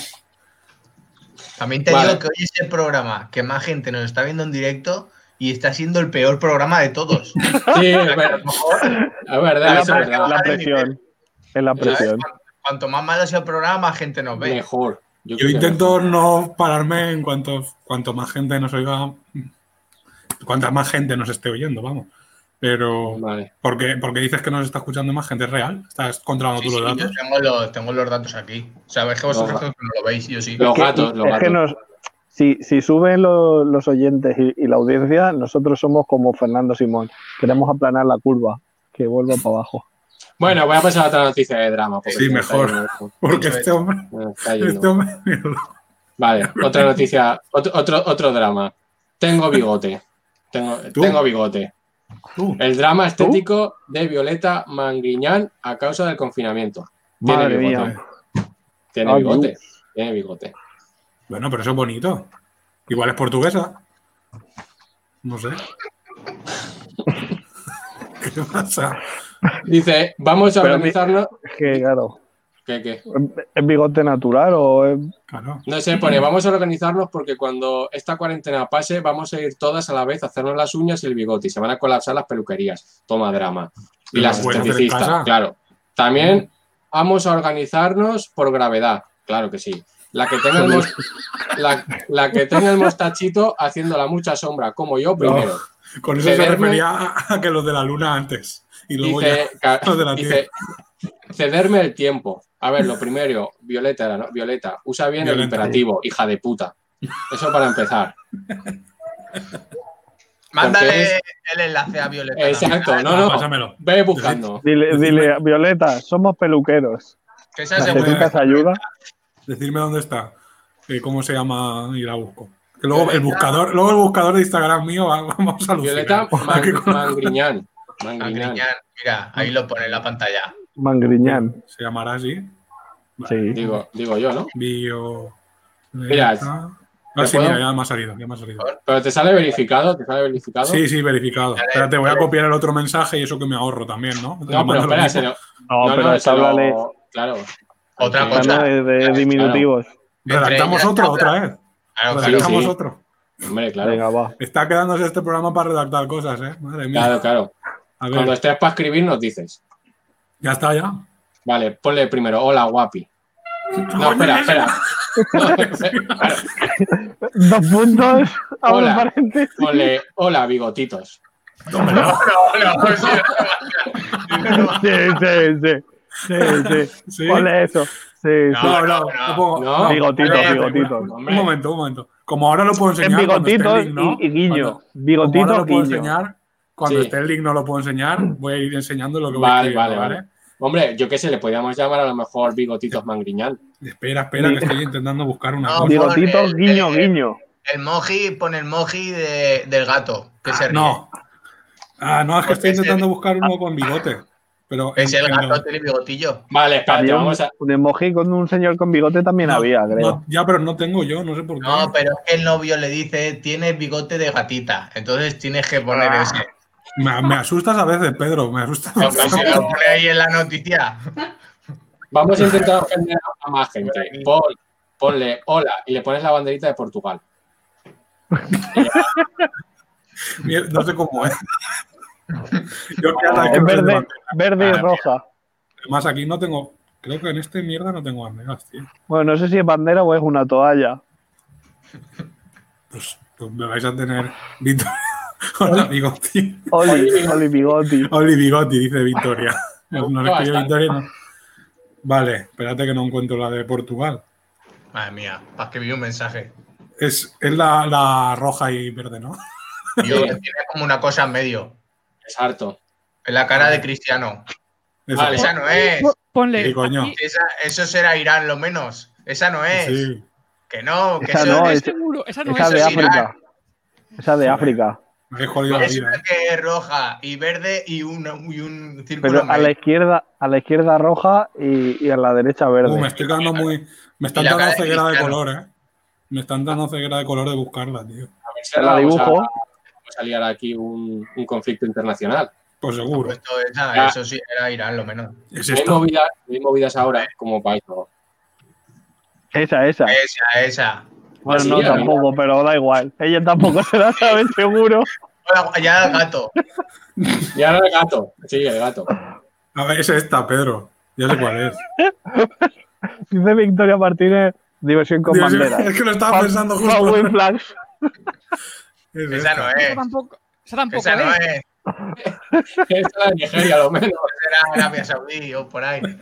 También te Vale. digo que hoy es el programa que más gente nos está viendo en directo y está siendo el peor programa de todos. Sí, es ver- es verdad, Es eso la, es verdad. la presión. Es la ¿Sabes? presión. Cuanto más malo sea el programa, más gente nos ve. Mejor. Yo, yo creo que intento no pararme en cuanto, cuanto más gente nos oiga, cuanta más gente nos esté oyendo, vamos. Pero, mejor. Vale. porque, porque dices que nos está escuchando más gente, ¿es real? ¿Estás controlando Sí, tú sí, los yo datos? tengo los, tengo los datos aquí. Sabes que vosotros Los- no lo veis, yo sí. Los Que- gatos, los es que gatos. nos, si, si suben lo- los oyentes y, y la audiencia, nosotros somos como Fernando Simón. Queremos aplanar la curva, que vuelva para abajo. Bueno, voy a pasar a otra noticia de drama. porque Sí, se me está mejor. yendo esto. Porque este hombre, Me está yendo. este hombre, Vale, otra noticia, otro, otro, otro drama. Tengo bigote. Tengo, ¿Tú? tengo bigote. tú, El drama estético de Violeta Mangriñán a causa del confinamiento. Tiene Madre bigote. mía. Tiene Ay, bigote. Tiene bigote. bueno, pero eso es bonito. Igual es portuguesa. No sé. ¿Qué pasa? Dice, vamos a Pero mi- organizarnos. Es que, claro, ¿Qué, qué? ¿es bigote natural o es...? Claro. No sé, pone, vamos a organizarnos porque cuando esta cuarentena pase, vamos a ir todas a la vez a hacernos las uñas y el bigote y se van a colapsar las peluquerías. Toma drama. Y Pero las lo puedes hacer en esteticistas, casa. claro. También vamos a organizarnos por gravedad. Claro que sí. La que tenga el, mos- la, la que tenga el mostachito haciendo la mucha sombra, como yo primero. Con eso se Cederme- refería a, a que los de la luna antes. Y luego Dice, ya ca- los de la dice, cederme el tiempo. A ver, lo primero, Violeta, era, ¿no? Violeta, usa bien el Violeta. imperativo, hija de puta. Eso para empezar. Mándale Porque es- el enlace a Violeta. Exacto, también, no, no. Pásamelo. Ve buscando. Dile, dile, Violeta, somos peluqueros. Que esa se ¿Necesitas ayuda? Decirme dónde está. Eh, ¿Cómo se llama? Y la busco. Que luego el buscador, luego el buscador de Instagram mío, va- vamos a Violeta alucinar. Man- Aquí con- Mangriñán. Mangriñán. Mangriñán. Mira, ahí lo pone en la pantalla. Mangriñán. Se llamará así. Sí. Digo, digo yo, ¿no? Bio. Mira, Ah, sí, puedo? mira, ya me ha salido. Ya me ha salido. Pero te sale verificado, te sale verificado. Sí, sí, verificado. Dale, Espérate, voy a dale. copiar el otro mensaje y eso que me ahorro también, ¿no? Te No, lo pero mando lo espera, mismo. se lo- No, no, pero no, es se lo- háblale Claro. Otra Aunque- cosa. de, de Claro. diminutivos. Redactamos Entre otro ellas, otra vez. Claro, claro. Redactamos sí. otro. Hombre, claro. Venga, va. Está quedándose este programa para redactar cosas, ¿eh? Madre mía. Claro, claro. A ver, Cuando estés para escribir nos dices. ya está, ya. Vale, ponle primero, hola guapi. No, espera, espera. No, espera. Dos puntos. abre Hola. paréntesis. Ponle, hola bigotitos. No, no, no, sí. Sí, sí, sí. Sí, sí. Sí. Ponle eso. Sí, sí. No, no, no, no pongo- no. Bigotitos, Hombre, bigotitos. Un momento, un momento. Como ahora lo puedo En enseñar. cuando esté el bigotitos link, ¿no? y, y guiño. Cuando- Como ahora Bigotitos, lo puedo guiño. enseñar, cuando Sí. esté el link no lo puedo enseñar, voy a ir enseñando lo que voy Vale, escribiendo, vale, vale. Hombre, yo qué sé, le podríamos llamar a lo mejor bigotitos mangriñán. Espera, espera, que estoy intentando buscar una No, cosa. Bigotitos, el- guiño, el- guiño. El moji, pone el moji de- del gato. Que se ríe. No. Ah, no, es que Porque estoy ese- intentando buscar uno con bigote. Pero Es en- el en gato, los- tiene bigotillo. Vale, espérate, Había un, vamos a. un emoji con un señor con bigote también no, había, creo. no, ya, pero no tengo yo, no sé por qué. No, pero es que el novio le dice, tiene bigote de gatita. Entonces tienes que poner Ah. ese. Me, me asustas a veces, Pedro, me asustas. No, pues si lo pone ahí en la noticia. Vamos a intentar ofender a más gente. Pon, ponle hola y le pones la banderita de Portugal. Mira, no sé cómo es. Yo cada vez que Es me verde, levanto- verde y Ah, roja. Además, aquí no tengo. Creo que en este mierda no tengo banderas, tío. Bueno, no sé si es bandera o es una toalla. Pues, pues me vais a tener. Victoria. Hola, Bigoti. Oli, Oli Bigoti. Oli Bigoti, dice Victoria. No, no le escribió Bastante. Victoria, no. Vale, espérate que no encuentro la de Portugal. Madre mía, para escribir un mensaje. Es, es la, la roja y verde, ¿no? Yo, tiene como una cosa en medio. Es harto. En la cara de Cristiano. Esa. Vale. Esa no es. Ponle. Sí, coño. aquí- Esa- eso será Irán, lo menos. Esa no es. Sí. Que no, que Esa eso no, es. es- seguro, esa no Esa es. de eso es Irán. África. Esa de África. Me he jodido la Es vida. una ¿eh? que es roja y verde y, una, y un círculo. Pero en a la medio. izquierda, a la izquierda roja y, y a la derecha Uh, me verde. estoy quedando muy. Me están Y la dando cara de ceguera de Cristiano. color, ¿eh? Me están dando ceguera de color de buscarla, tío. A ver si Te ahora la vamos a, dibujo. vamos a liar aquí un, un conflicto internacional. Pues seguro. Puesto esa, Ya. eso sí era Irán, lo menos. Es Hay esto. movidas, hay movidas ahora como país. ¿No? Esa, esa. Esa, esa. Bueno, sí, no a mí- tampoco, pero da igual. Ella tampoco se la sabe, seguro. Hola, ya el gato. Y ahora el gato. Sí, el gato. A ver, es esta, Pedro. Ya sé cuál es. Dice Victoria Martínez, diversión con Dios, bandera. es que lo estaba pensando justo. Power flags. Es Esa esta. no Esa es. tampoco. Esa tampoco Esa no es. es. Esta es la de Nigeria, lo menos. Será Arabia Saudí o por ahí.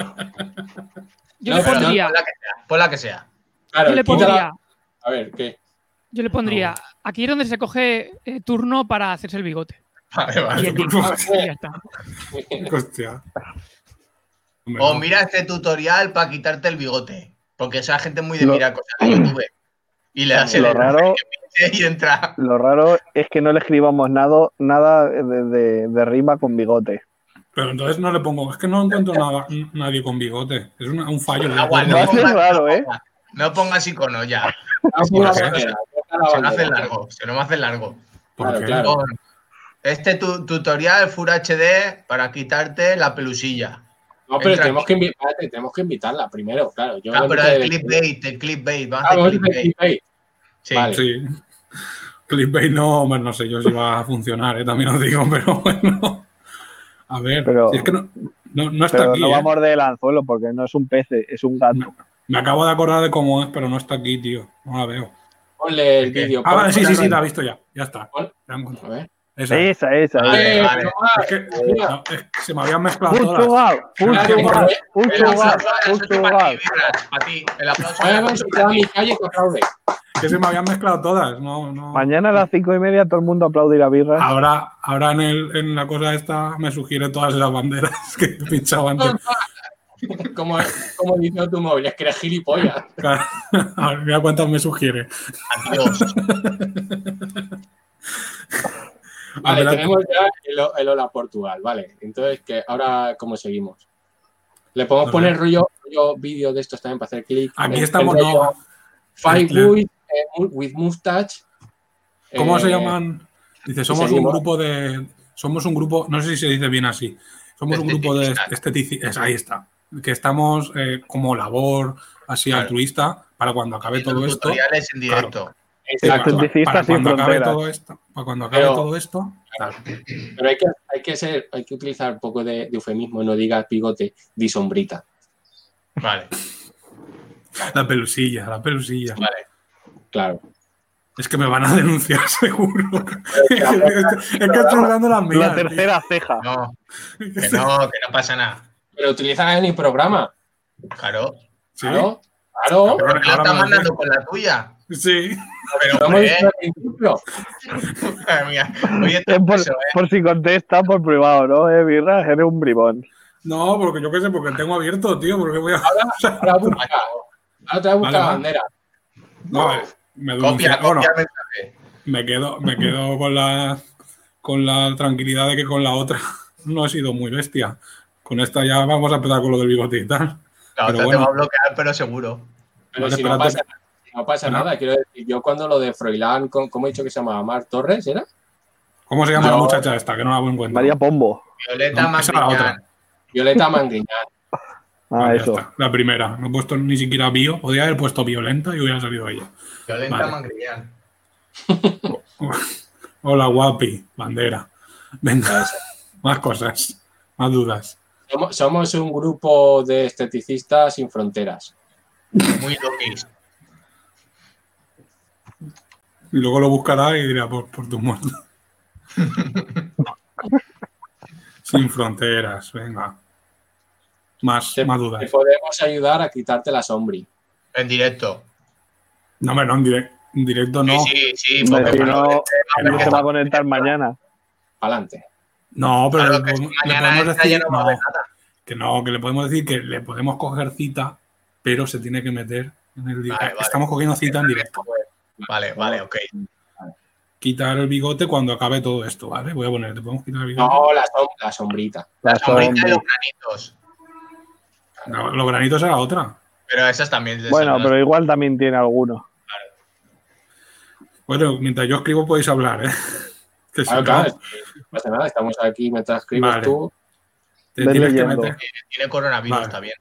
Yo No, le pero no, pondría. Pon la que sea. Pon la que sea. Claro, Yo le quítala- pondría. A ver, ¿qué? Yo le pondría. Aquí es donde se coge eh, turno para hacerse el bigote. Vale, Y vale. el tic. Y ya está. Hostia. Hombre, O no. mira este tutorial para quitarte el bigote. Porque esa gente es muy de Lo- mirar cosas de YouTube. Y le das el Lo raro, y entra. lo raro es que no le escribamos nada, nada de, de- de rima con bigote. Pero entonces no le pongo. Es que no encuentro nada, nadie con bigote. Es una- un fallo. de Agua, acuerdo. Va a ser pongas- raro, ¿eh? No pongas iconos ya. Ah, Sí, una se nos- bandera, deja la Se me hace bandera. largo. Se nos hace largo. ¿Por Claro, qué? claro. Pon este tu- tutorial Full H D para quitarte la pelusilla. No, pero Entra tenemos aquí. que, invitar, tenemos que invitarla primero, claro. Yo Ah, le pero meto el de- clickbait, el clickbait. Vamos Ah, a hacer vamos a hacer clickbait. clickbait. Sí. Vale. Sí. Clickbait no, hombre, no sé yo si va a funcionar, ¿eh? También os digo, pero bueno. A ver, Pero- si es que no, no, no está Pero aquí. no ¿eh? vamos del anzuelo porque no es un pez, es un gato. Me acabo de acordar de cómo es, pero no está aquí, tío. No la veo. Ponle el ¿Qué? vídeo. Ah, vale, sí, sí, sí, ponle- la he visto ya. Ya está. Pon- Ya he encontrado. A ver. Esa. Esa, esa. Vale, esa. Eh, vale. pero, ah, Es que, mira, no, es que se me habían mezclado todas. Portugal, Portugal, El Portugal, aplauso de las ocho para ti, Portugal. Birras, para ti. El aplauso de Vaya, las vamos ocho a para quitar ti. mi calle que aplaude. Que se me habían mezclado todas. No, no. Mañana a las cinco y media todo el mundo aplaudirá birras. Ahora, ahora en, el, en la cosa esta me sugiere todas esas banderas que he pinchado antes. Como, como dice tu móvil, es que eres gilipollas. Claro. A ver, mira cuántas me sugiere. Adiós. Vale, Adelante. tenemos ya el, el Hola Portugal, vale. Entonces, que ahora, ¿cómo seguimos? Le podemos A poner ver. rollo, rollo vídeo de estos también para hacer clic. Aquí El- estamos, el rollo no. Fight Le- with, eh, mu- with Mustache. ¿Cómo Eh, se llaman? Dice, somos un seguimos. grupo de. Somos un grupo, no sé si se dice bien así. Somos un grupo de esteticistas. Ahí está. Que estamos eh, como labor así Claro. altruista para cuando acabe todo esto. Tutoriales en directo. Exacto. Para, Esteticistas para sin cuando acabe fronteras. todo esto. Para cuando acabe Pero- todo esto. Claro. Pero hay que, hay que ser, hay que utilizar un poco de, de eufemismo, no digas bigote, di sombrita. Vale, La pelusilla, la pelusilla. vale. Claro. Es que me van a denunciar seguro. es, que, es que estoy dando las mías. La tercera ceja. No, tío. que no, que no pasa nada. Pero utilizan en mi programa. Claro. ¿Sí? Claro. Claro. ¿Por qué lo ahora estás me lo mandando sé. con la tuya? Sí. Pero, Lo hemos hombre, dicho al principio. madre mía. Oye, Es esto por, es eso, ¿eh? por si contesta por privado, ¿no? Eh, birras, eres un bribón. No, porque yo qué sé, porque tengo abierto, tío. Porque voy a. Ahora busca. Ahora te voy a buscar Vale, vale. bandera. No, eh, me Copia, denuncia- bueno, copia el mensaje. me quedo, me quedo con la con la tranquilidad de que con la otra no he sido muy bestia. Con esta ya vamos a empezar con lo del bigote y tal. La Pero otra bueno. te va a bloquear, pero seguro. Pero Vale, si, no espérate. pasa, si no pasa Bueno. nada, quiero decir, yo cuando lo de Froilán, con- ¿cómo he dicho que se llamaba? Mar Torres, ¿era? ¿Cómo se llama Yo- la muchacha esta? Que no la encuentro. María Pombo. Violeta No, esa era la Magriñán. otra. Violeta Mangriñán. Ah, Vale, ya eso. está. La primera. No he puesto ni siquiera bio. Podría haber puesto violenta y hubiera salido ella. Violeta Vale. Magriñán. Hola, guapi. Bandera. Venga, Eso. más cosas. Más dudas. Somos, somos un grupo de esteticistas sin fronteras. Muy loquis. Y luego lo buscará y dirá por, por tu muerto. Sin fronteras. Venga. Más, Te, más te dudas. podemos ayudar a quitarte la sombri. En directo. No, hombre, no, en, direct- en directo no. Sí, sí, sí. Hombre, porque si para- no, no. no se va a conectar mañana. Pa'lante. No, pero Claro, le, que si podemos- le mañana podemos esta ya decir no va a haber no, nada. que no, que le podemos decir que le podemos coger cita, pero se tiene que meter en el directo. Vale, vale. Estamos cogiendo cita en directo. Vale, vale, ok. Quitar el bigote cuando acabe todo esto, ¿vale? Voy a poner, ¿te podemos quitar el bigote? No, la, som- la sombrita. La La sombrita de sombra. los granitos. No, los granitos era otra. Pero esas también. esas Bueno, no- pero igual también tiene alguno. Bueno, mientras yo escribo podéis hablar, ¿eh? Que si Claro, no, claro, no pasa nada, estamos aquí mientras escribes Vale. tú. te Ves tienes que leyendo. meter. Tiene coronavirus Vale. también.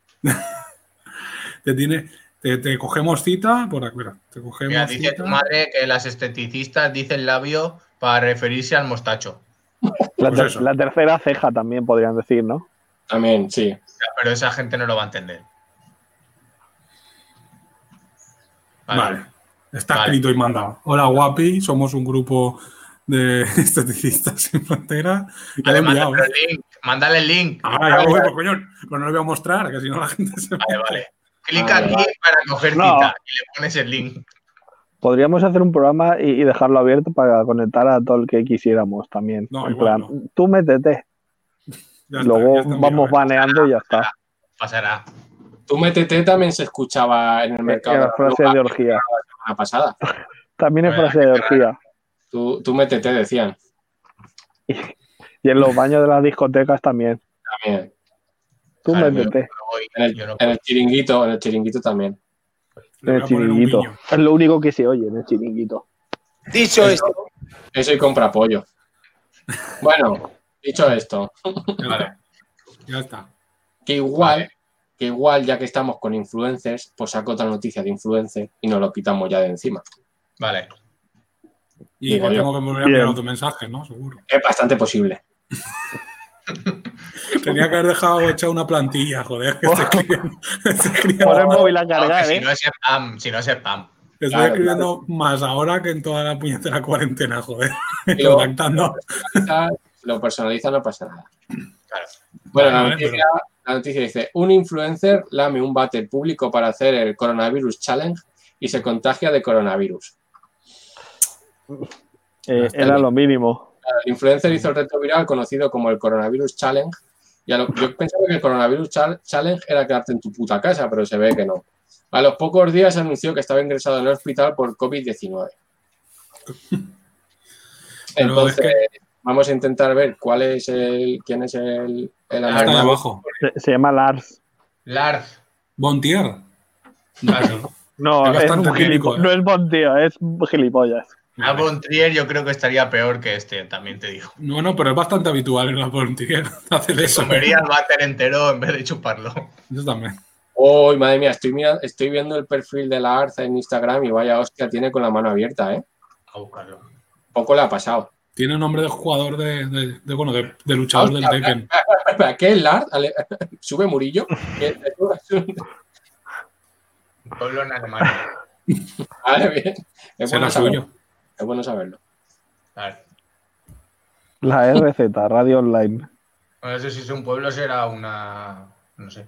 Te, tiene, te, te cogemos cita por aquí. Mira, te cogemos Mira, dice cita. tu madre que las esteticistas dicen labio para referirse al mostacho. La, Pues ter- eso. la tercera ceja también podrían decir, ¿no? También, sí. Pero esa gente no lo va a entender. Vale. Está Vale. escrito y mandado. Hola, guapi. Somos un grupo de esteticistas sin frontera. Y Vale, lo he enviado, mándale ¿eh? el link. Mándale el link. Ah, ya voy, pues coño. Pues no lo voy a mostrar, que si no la gente se. Vale, vale. Clica Vale, aquí vale. para coger No. cita y le pones el link. Podríamos hacer un programa y, y dejarlo abierto para conectar a todo el que quisiéramos también. No, en igual plan, tú métete. Ya está, Luego ya está vamos enviado, ¿eh? baneando y ya está. Pasará. Tu métete también se escuchaba en el mercado. Era de frase la de Lupa orgía. la semana pasada. También es Bueno, frase de qué raro. orgía. Tú, tú métete, decían. Y en los baños de las discotecas también. También. Tú Claro, métete. yo no voy, En el, yo no en el chiringuito, en el chiringuito también. Le En voy el a poner un chiringuito. guiño. Es lo único que se oye en el chiringuito. Dicho Eso, esto, eso y compra pollo. Bueno, dicho esto, Ya Vale. está. Ya está. que igual, Vale. que igual, ya que estamos con influencers, pues saco otra noticia de influencer y nos lo quitamos ya de encima. Vale. Y Digo que yo. tengo que volver a Bien. enviar otro mensaje, ¿no? Seguro. Es bastante posible. Tenía que haber dejado hecha una plantilla, joder. Que estoy escribiendo, estoy escribiendo- Pon el móvil a No, cargar, que si ¿eh? no es spam, si no es spam. estoy Claro, escribiendo más ahora que en toda la puñetera cuarentena, joder. Pero- Contactando. Lo personaliza, no pasa nada. Claro. Bueno, la Vale, noticia, la noticia dice, un influencer lame un váter público para hacer el Coronavirus Challenge y se contagia de coronavirus. Eh, Está era bien. lo mínimo. El influencer hizo el reto viral conocido como el Coronavirus Challenge. Y a lo- yo pensaba que el Coronavirus Chal- Challenge era quedarte en tu puta casa, pero se ve que no. A los pocos días anunció que estaba ingresado en el hospital por COVID diecinueve. Pero Entonces, es vamos a intentar ver cuál es el, quién es el, el Está ahí anónimo. abajo. Se, se llama Lars. Lars. Bontier. Claro. No, Es es, bastante un médico, gilipo- ¿eh? no es bon tío, es gilipollas. A Bontrier yo creo que estaría peor que este, también te digo. Bueno, pero es bastante habitual en la Bontier hacer eso. Comería el váter entero en vez de chuparlo. Yo también. Oh, madre mía, estoy, mira- estoy viendo el perfil de la Arza en Instagram y vaya hostia, tiene con la mano abierta, ¿eh? A buscarlo. Poco le ha pasado. Tiene nombre de jugador de, de, de, bueno, de, de luchador del Hostia, Tekken. Espera, ¿qué es Lard? Ale- Sube Murillo. ¿Qué- Pueblo en Alemania. Vale, bien. Es Será bueno, saberlo. suyo. es bueno saberlo. Claro. La R Z, Radio Online. No sé si es un pueblo, será una. No sé.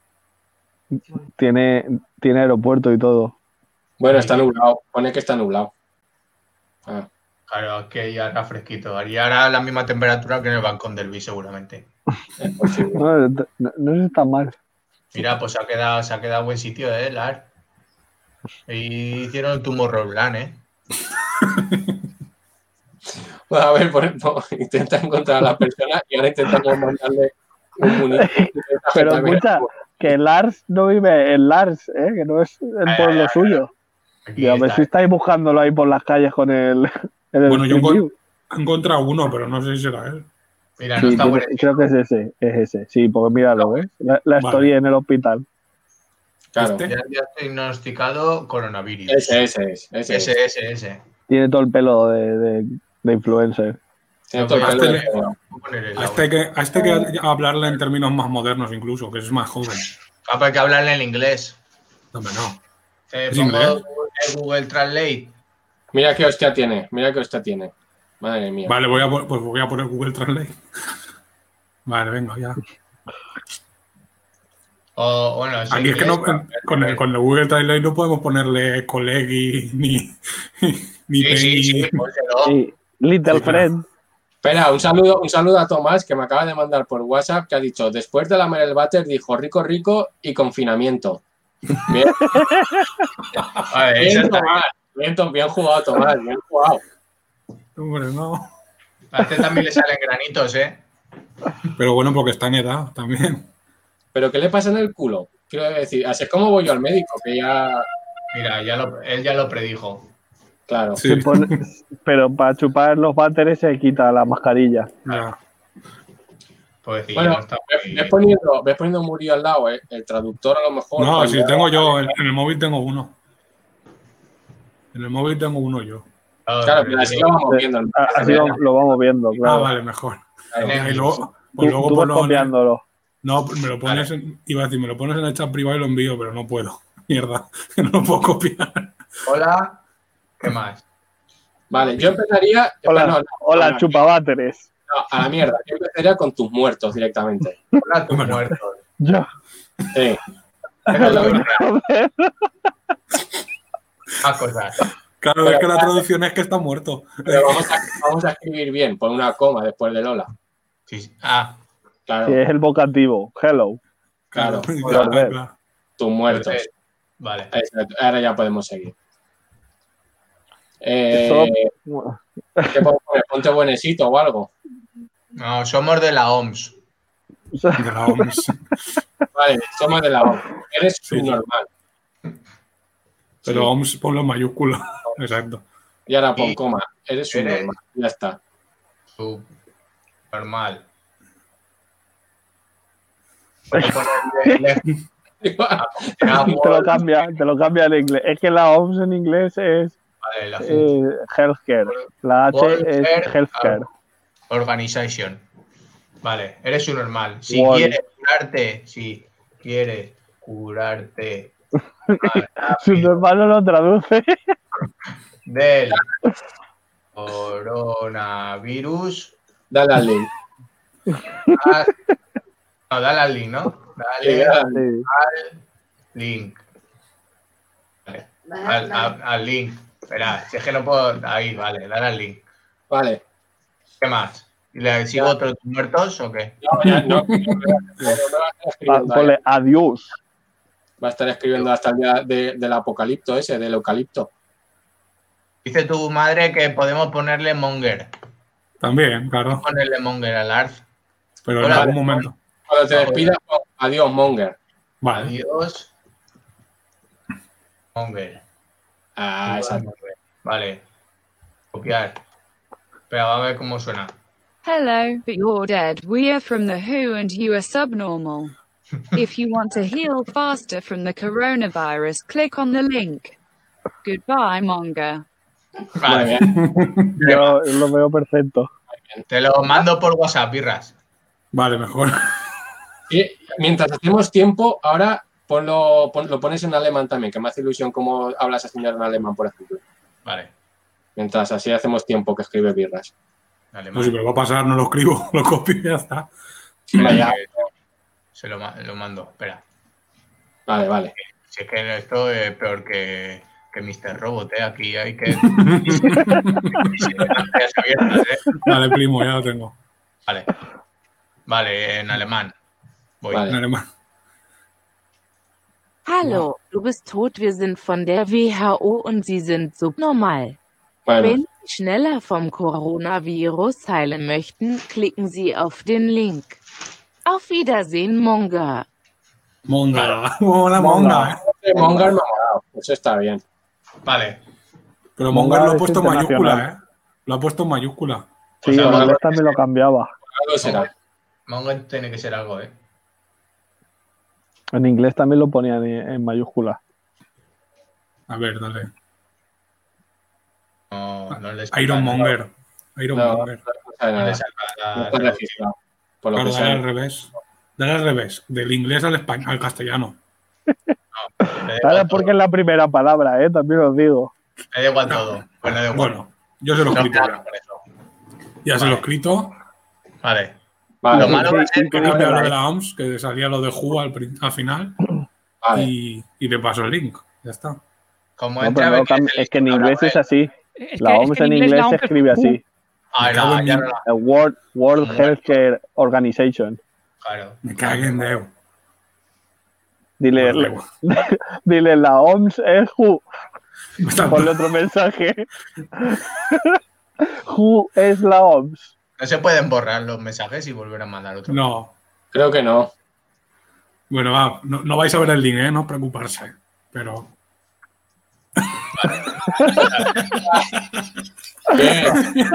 Tiene, tiene aeropuerto y todo. Bueno, está nublado. Pone que está nublado. Ah, Claro, aquí ya hará fresquito. Haría ahora la misma temperatura que en el balcón del B I, seguramente. es posible. No, no, no está mal. Mira, pues se ha quedado, se ha quedado buen sitio, ¿eh, Lars? Y hicieron el Tomorrowland, ¿eh? Bueno, a ver, por ejemplo, intenta encontrar a la persona y ahora intentamos mandarle Comunista. Pero escucha, que Lars no vive en Lars, ¿eh? Que no es el pueblo suyo. Aquí Y a ver está. si estáis buscándolo ahí por las calles con el, en el Bueno, yo Street View. he encontrado uno, pero no sé si será él. Mira, no Sí, está tiene- buenísimo. creo que es ese, es ese. Sí, porque míralo, ¿ves? La, la Vale. historia en el hospital. Claro, Este. Ya, ya estoy diagnosticado coronavirus. ese, ese es. Ese, es. ese, ese, ese. Tiene todo el pelo de, de, de influencer. Tiene No todo el voy a pelo de hacerle- feo. Voy a poner el A este, que, a este que hablarle en términos más modernos incluso, que es más joven. Ah, pero hay que hablarle en inglés. No, hombre, no. Te ¿Es pongo inglés? Google, Google Translate. Mira qué hostia tiene, mira qué hostia tiene. Madre mía. Vale, voy a, pon- pues voy a poner Google Translate. Vale, venga, ya. O, bueno, sí, Aquí es que no, con, el, con el Google Translate no podemos ponerle colegi ni, ni Sí, sí, sí, Penny. pónselo. Sí, Little Sí, claro. Friend. Espera, un saludo, un saludo a Tomás que me acaba de mandar por WhatsApp que ha dicho, después de la Mel Butter dijo rico, rico y confinamiento. Bien, A ver, esa bien, está Tomás. Bien, Tom- bien jugado, Tomás. Bien jugado. Hombre, no. A este también le salen granitos, ¿eh? Pero bueno, porque está en edad también. ¿Pero qué le pasa en el culo? Quiero decir, así es como voy yo al médico, que ya... Mira, ya lo, él ya lo predijo. Claro. Sí. Se pone- pero para chupar los váteres se quita la mascarilla. Ya. Pues sí, Bueno, no está ves, muy- ves poniendo, ves poniendo Murillo al lado, ¿eh? El traductor a lo mejor... No, cuando- si tengo yo, en, en el móvil tengo uno. En el móvil tengo uno yo. Claro, pero así lo vamos viendo. Ah, Así lo, lo vamos viendo, Ah, claro. vale, mejor. Claro. Y luego, Tú, pues luego tú vas ponlo en el- copiándolo. No, me lo pones en, iba a decir, me lo pones en el chat privado y lo envío, pero no puedo. Mierda, no lo puedo copiar. Hola, ¿qué más? Vale, yo empezaría... Hola, no, no, hola no, chupaváteres. no, a la mierda. Yo empezaría con tus muertos directamente. Hola, tus Bueno. muertos. Yo. Sí. Déjalo, Joder. más cosas. Claro, es que la traducción es que está muerto. Pero vamos a, vamos a escribir bien, pon una coma después de Lola. Sí, sí. Ah, Claro, Que es el vocativo. Hello. claro, Claro, Joder. claro. tus muertos. entonces, vale. Exacto, ahora ya podemos seguir. Eh, Esto- ¿Qué podemos poner? Ponte buenecito o algo. No, somos de la O M S. De la O M S. Vale, somos de la O M S. Eres Sí. subnormal. Pero Sí. O M S ponlo en mayúscula. Exacto. Y ahora pon Y- coma. Eres subnormal. Ya está. Normal. Puedo ponerle- te lo cambia, te lo cambia en inglés. Es que la O M S en inglés es Vale, la eh, healthcare. La H es healthcare. Organization. Vale, eres un normal. Si World. quieres curarte, si quieres curarte Su hermano lo traduce. del coronavirus, Dale al link. haz- no, dale al link, ¿no? Sí, Dale dale. Sí. al link. Vale, al, al- al link. Espera, si es que no puedo. Ahí, vale, dale al link. Vale. ¿Qué más? ¿Y le sigo Ya. otros muertos o qué? No, ya, no, no, no, no, no, no va a estar Ah, escribiendo ponle ahí. adiós. Va a estar escribiendo hasta el día de- del apocalipto ese, del eucalipto. Dice tu madre que podemos ponerle monger. También, claro. Ponerle monger al Arth. Pero en Hola. algún momento. Cuando te despidas, pon adiós, Monger. Vale. Adiós. Monger. Ah, exacto. Vale. Copiar. Espera, va a ver cómo suena. Hello, but you're dead. We're from the W H O and you are subnormal. If you want to heal faster from the coronavirus, click on the link. Goodbye, Monga. Muy Vale, bien. Yo lo veo perfecto. te lo mando por WhatsApp, birras. Vale, mejor. Y mientras hacemos tiempo, ahora ponlo, pon- lo pones en alemán también, que me hace ilusión cómo hablas así en alemán, por ejemplo. Vale. Mientras así hacemos tiempo que escribe birras. Dale, No, si me lo va a pasar, no lo escribo, lo copio y ya está. Vaya. Se lo, ma- lo mando. Espera. Vale, vale. Si es que esto es peor que, que mister Robot, ¿eh? Aquí hay que... abiertas, ¿eh? Vale, primo, ya lo tengo. Vale. Vale, en alemán. Voy. Vale. En alemán. Hallo, du bist tot, wir sind von der W H O und Sie sind subnormal. Bueno, Wenn Sie schneller vom Coronavirus heilen möchten, klicken Sie auf den Link. Auf Wiedersehen, Monga. Monga. Hola, Monga. Eh, Monga es mamorado. Eso está bien. Vale. Pero Monga Monga lo ha es puesto en internacional. mayúscula, ¿eh? Lo ha puesto en mayúscula. Sí, O sea, en vale. inglés también lo cambiaba. Algo será. Monga tiene que ser algo, ¿eh? En inglés también lo ponían en, en mayúscula. A ver, dale. No, no les Ironmonger. No, Ironmonger. no sabe No nada. le salga No la está traducción. registrado. Por lo Claro, que dale al sea. revés. Dale al revés. Del inglés al español, al castellano. Me da Ahora igual porque es la primera palabra, ¿eh? También os digo. todo. Me da igual todo. Pues no da igual. Bueno, yo se lo he No, escrito claro, ya. por eso. Ya se lo he Vale. escrito. Vale. Vale, Lo malo va a Sí, ser Que que cambia no lo de la O M S, que salía lo de Who al, prin- al final. vale. Y, y le paso el link. Ya está. como No, entra pero no a ver cam- que es que en inglés es así. Es La que, O es M que S en inglés la se O M S escribe así. Ah, Me cago no, en ya mi- no la- El World, World Bueno. Healthcare Organization. Claro. Me caguen de Evo. Dile, Bueno, dile la O M S es Who. Está- Ponle otro mensaje. Who es la O M S. No se pueden borrar los mensajes y volver a mandar otro. No. Creo que no. Bueno, va. No, no vais a ver el link, ¿eh? No preocuparse. Pero Bien.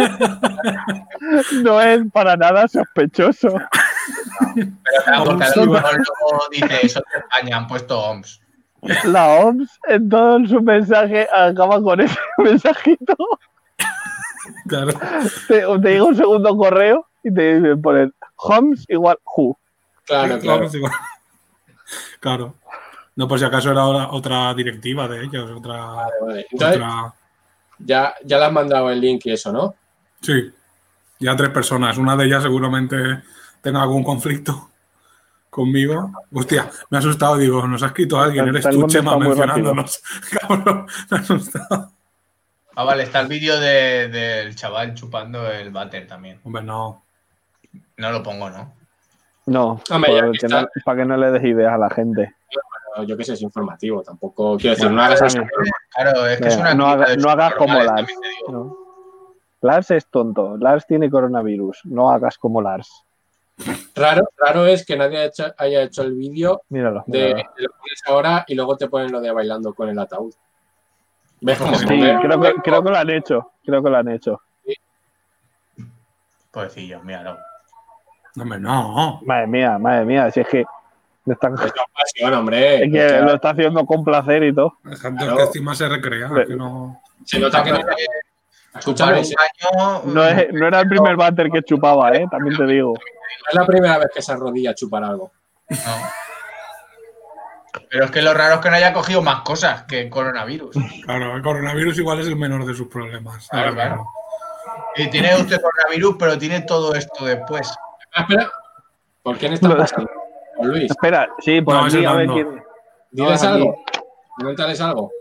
No es para nada sospechoso. Pero claro, porque a Oms, lo iba. mejor luego dice eso de España, han puesto O M S. La O M S en todo su mensaje acaba con ese mensajito. claro. Te, te digo un segundo correo y te dicen poner Homs igual Who. Claro, claro. Vamos igual. Claro. No, por si acaso era otra, otra directiva de ellos, otra. Vale, vale. Entonces, otra... ya, ya le has mandado el link y eso, ¿no? Sí. Ya tres personas. Una de ellas seguramente tenga algún conflicto conmigo. Hostia, me ha asustado. Digo, nos ha escrito alguien. Eres El tú, mundo Chema, está muy mencionándonos. Cabrón, me ha asustado. Ah, vale, está el vídeo de- del chaval chupando el váter también. Hombre, no. No lo pongo, ¿no? No, Hombre, ya para que que, está- no, para que no le des ideas a la gente. Bueno, yo qué sé, es informativo. Tampoco quiero decir, Bueno, no hagas también. eso. Claro, es que es Venga, una no, crítica haga- de no hagas como normales, Lars. también te digo. ¿no? Lars es tonto. Lars tiene coronavirus. No hagas como Lars. Raro, raro es que nadie haya hecho, haya hecho el vídeo Míralo. de, míralo. de lo que pones ahora y luego te ponen lo de bailando con el ataúd. ¿Ves cómo Sí, se ve? creo que, creo que lo han hecho. Creo que lo han hecho. Pobrecillo, míralo. Hombre, no. Madre mía, madre mía. Si es que, lo está, Es compasión, hombre. es que lo está haciendo con placer y todo. Hay gente Claro. que encima se recrea. Hombre. Que no... Se nota que no. Chupar Escúchame, un sí, año, No, es, no era el primer váter que chupaba, ¿eh? También te digo. es la primera vez que se arrodilla a chupar algo. no. Pero es que lo raro es que no haya cogido más cosas que el coronavirus. Claro, el coronavirus igual es el menor de sus problemas. Claro, Ahora claro. mismo. Y tiene usted coronavirus, pero tiene todo esto después. Espera, espera. ¿Por quién está pasando? Con Luis. Espera, sí, por No, aquí ese a ver no. quién. Diles No, aquí. algo. Coméntales algo.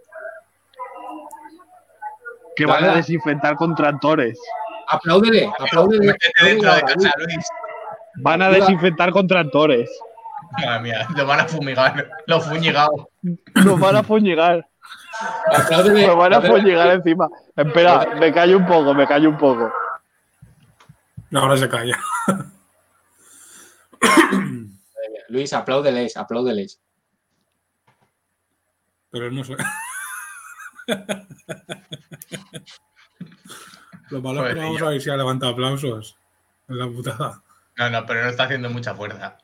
Que van a Dale. desinfectar con tractores. Apláudele, apláudele. Métete dentro de casa, Luis. Van a desinfectar con tractores. Madre mía, lo van a fumigar. Lo fuñigado. Nos van a fuñigar. Apláudele. Nos van a apláudele. fuñigar encima. Espera, me callo un poco, me callo un poco. Ahora se calla. Luis, apláudeles, apláudeles. Pero no sé. Lo malo es que vamos a ver si ha levantado aplausos. Es la putada. No, no, pero no está haciendo mucha fuerza.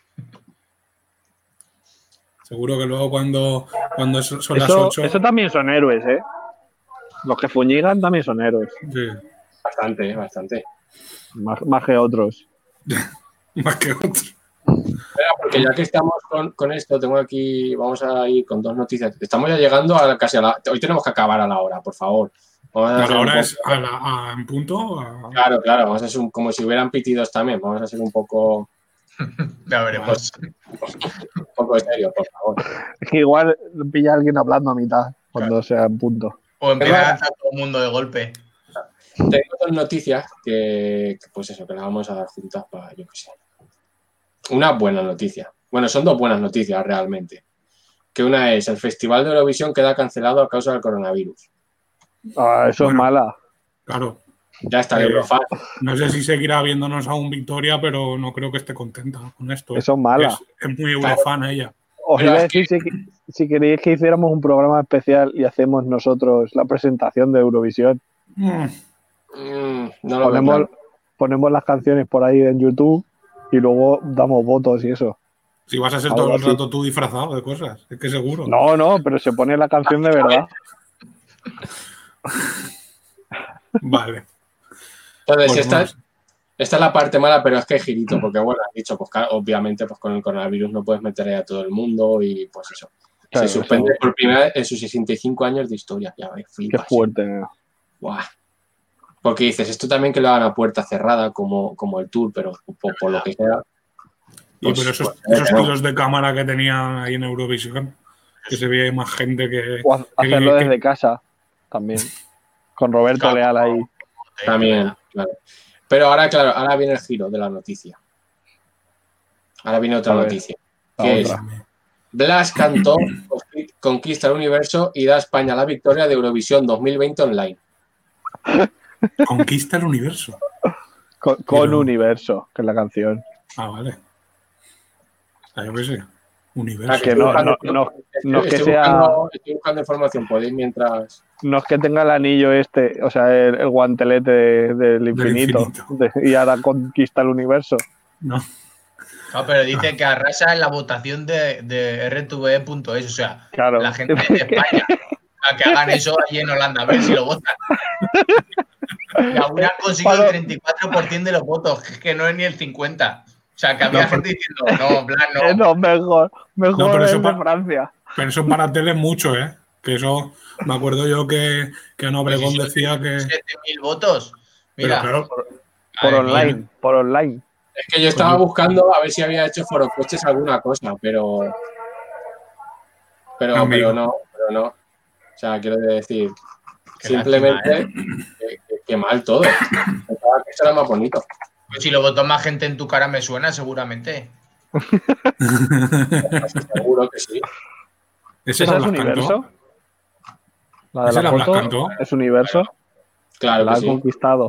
Seguro que luego cuando, cuando son son las Eso, ocho. eso también son héroes, ¿eh? Los que fuñigan también son héroes. Sí, Bastante, bastante. Más, más que otros. más que otros. Espera, porque ya que estamos con, con esto, tengo aquí, vamos a ir con dos noticias. Estamos ya llegando a la- casi a la. Hoy tenemos que acabar a la hora, por favor. Vamos a hacer un Ahora poco- es a la, a- en punto. a- Claro, claro, vamos a hacer un- como si hubieran pitidos también. Vamos a ser un poco, Ya veremos. un poco serio, por favor. Es que igual pilla a alguien hablando a mitad cuando sea en punto. O empieza a lanzar todo el mundo de golpe. Tengo dos noticias que, que, pues eso, que las vamos a dar juntas para, yo qué sé. Una buena noticia. Bueno, son dos buenas noticias realmente. Que una es, el Festival de Eurovisión queda cancelado a causa del coronavirus. Ah, eso Bueno. es mala. Claro. Ya está el Eh, Eurofan. No sé si seguirá viéndonos aún Victoria, pero no creo que esté contenta con esto. Eso es mala. Es, es muy eurofan ella. Os Pero iba a es que- decir si, si queréis que hiciéramos un programa especial y hacemos nosotros la presentación de Eurovisión. Mm, Mm, no lo veo Ponemos, claro. ponemos las canciones por ahí en YouTube y luego damos votos y eso. Si vas a ser Algo todo el así. rato tú disfrazado de cosas, es que seguro. No, no, pero se pone la canción de verdad. Vale. Entonces, Bueno, esta, vamos. esta es la parte mala, pero es que girito, porque bueno, has dicho, pues claro, obviamente pues con el coronavirus no puedes meter ahí a todo el mundo y pues eso. Claro, Se suspende eso. por primera vez en sus sesenta y cinco años de historia. Ya ves, Qué flipas. fuerte. ¿no? Buah. Porque dices, esto también que lo hagan a puerta cerrada, como, como el tour, pero por, por lo que sea. Y pues, pero esos, pues, esos no. tiros de cámara que tenían ahí en Eurovisión, que se veía más gente que. O ha- que- hacerlo que- desde casa también. Con Roberto Claro. Leal ahí. También, claro. Pero ahora, claro, ahora viene el giro de la noticia. Ahora viene otra A ver, noticia. la Que es otra. Blas Cantó conquista el universo y da a España la victoria de Eurovisión dos mil veinte online. Conquista el universo. Con, con Pero- Universo, que es la canción. Ah, vale. Ah, yo qué sé. Ah, Universo. que estoy no- buscando- no- no- estoy- no es que estoy sea- buscando- estoy buscando información, podéis mientras. No es que tenga el anillo este, o sea, el, el guantelete de- del infinito. infinito. de- y ahora conquista el universo. No. No, pero dice que arrasa en la votación de, de R T V punto es, o sea, Claro. la gente de España. A que hagan eso allí en Holanda, a ver si lo votan. Y aún han conseguido el Para- treinta y cuatro por ciento de los votos, que es que no es ni el cincuenta por ciento. O sea, que había No, gente diciendo, no, en plan, Eh, no. no, mejor, mejor No, pero es eso de pa- Francia. Pero eso para tele es mucho, ¿eh? Que eso. Me acuerdo yo que, que Ana Obregón Pues si decía que. siete mil votos. Pero Mira, claro, Por madre mía. online, por online. Es que yo estaba Coño. buscando a ver si había hecho Forocoches alguna cosa, pero. Pero, Amigo. pero no, pero no. O sea, quiero decir, Qué simplemente lástima, que, que- que mal todo. Pensaba que eso era más bonito. Pues si lo votó más gente en tu cara me suena, seguramente. Seguro que sí. ¿Ese ¿Esa era es Blas Universo? Cantó? La de ¿Esa la era Blas foto Cantó? es Universo. Claro La que ha sí. conquistado.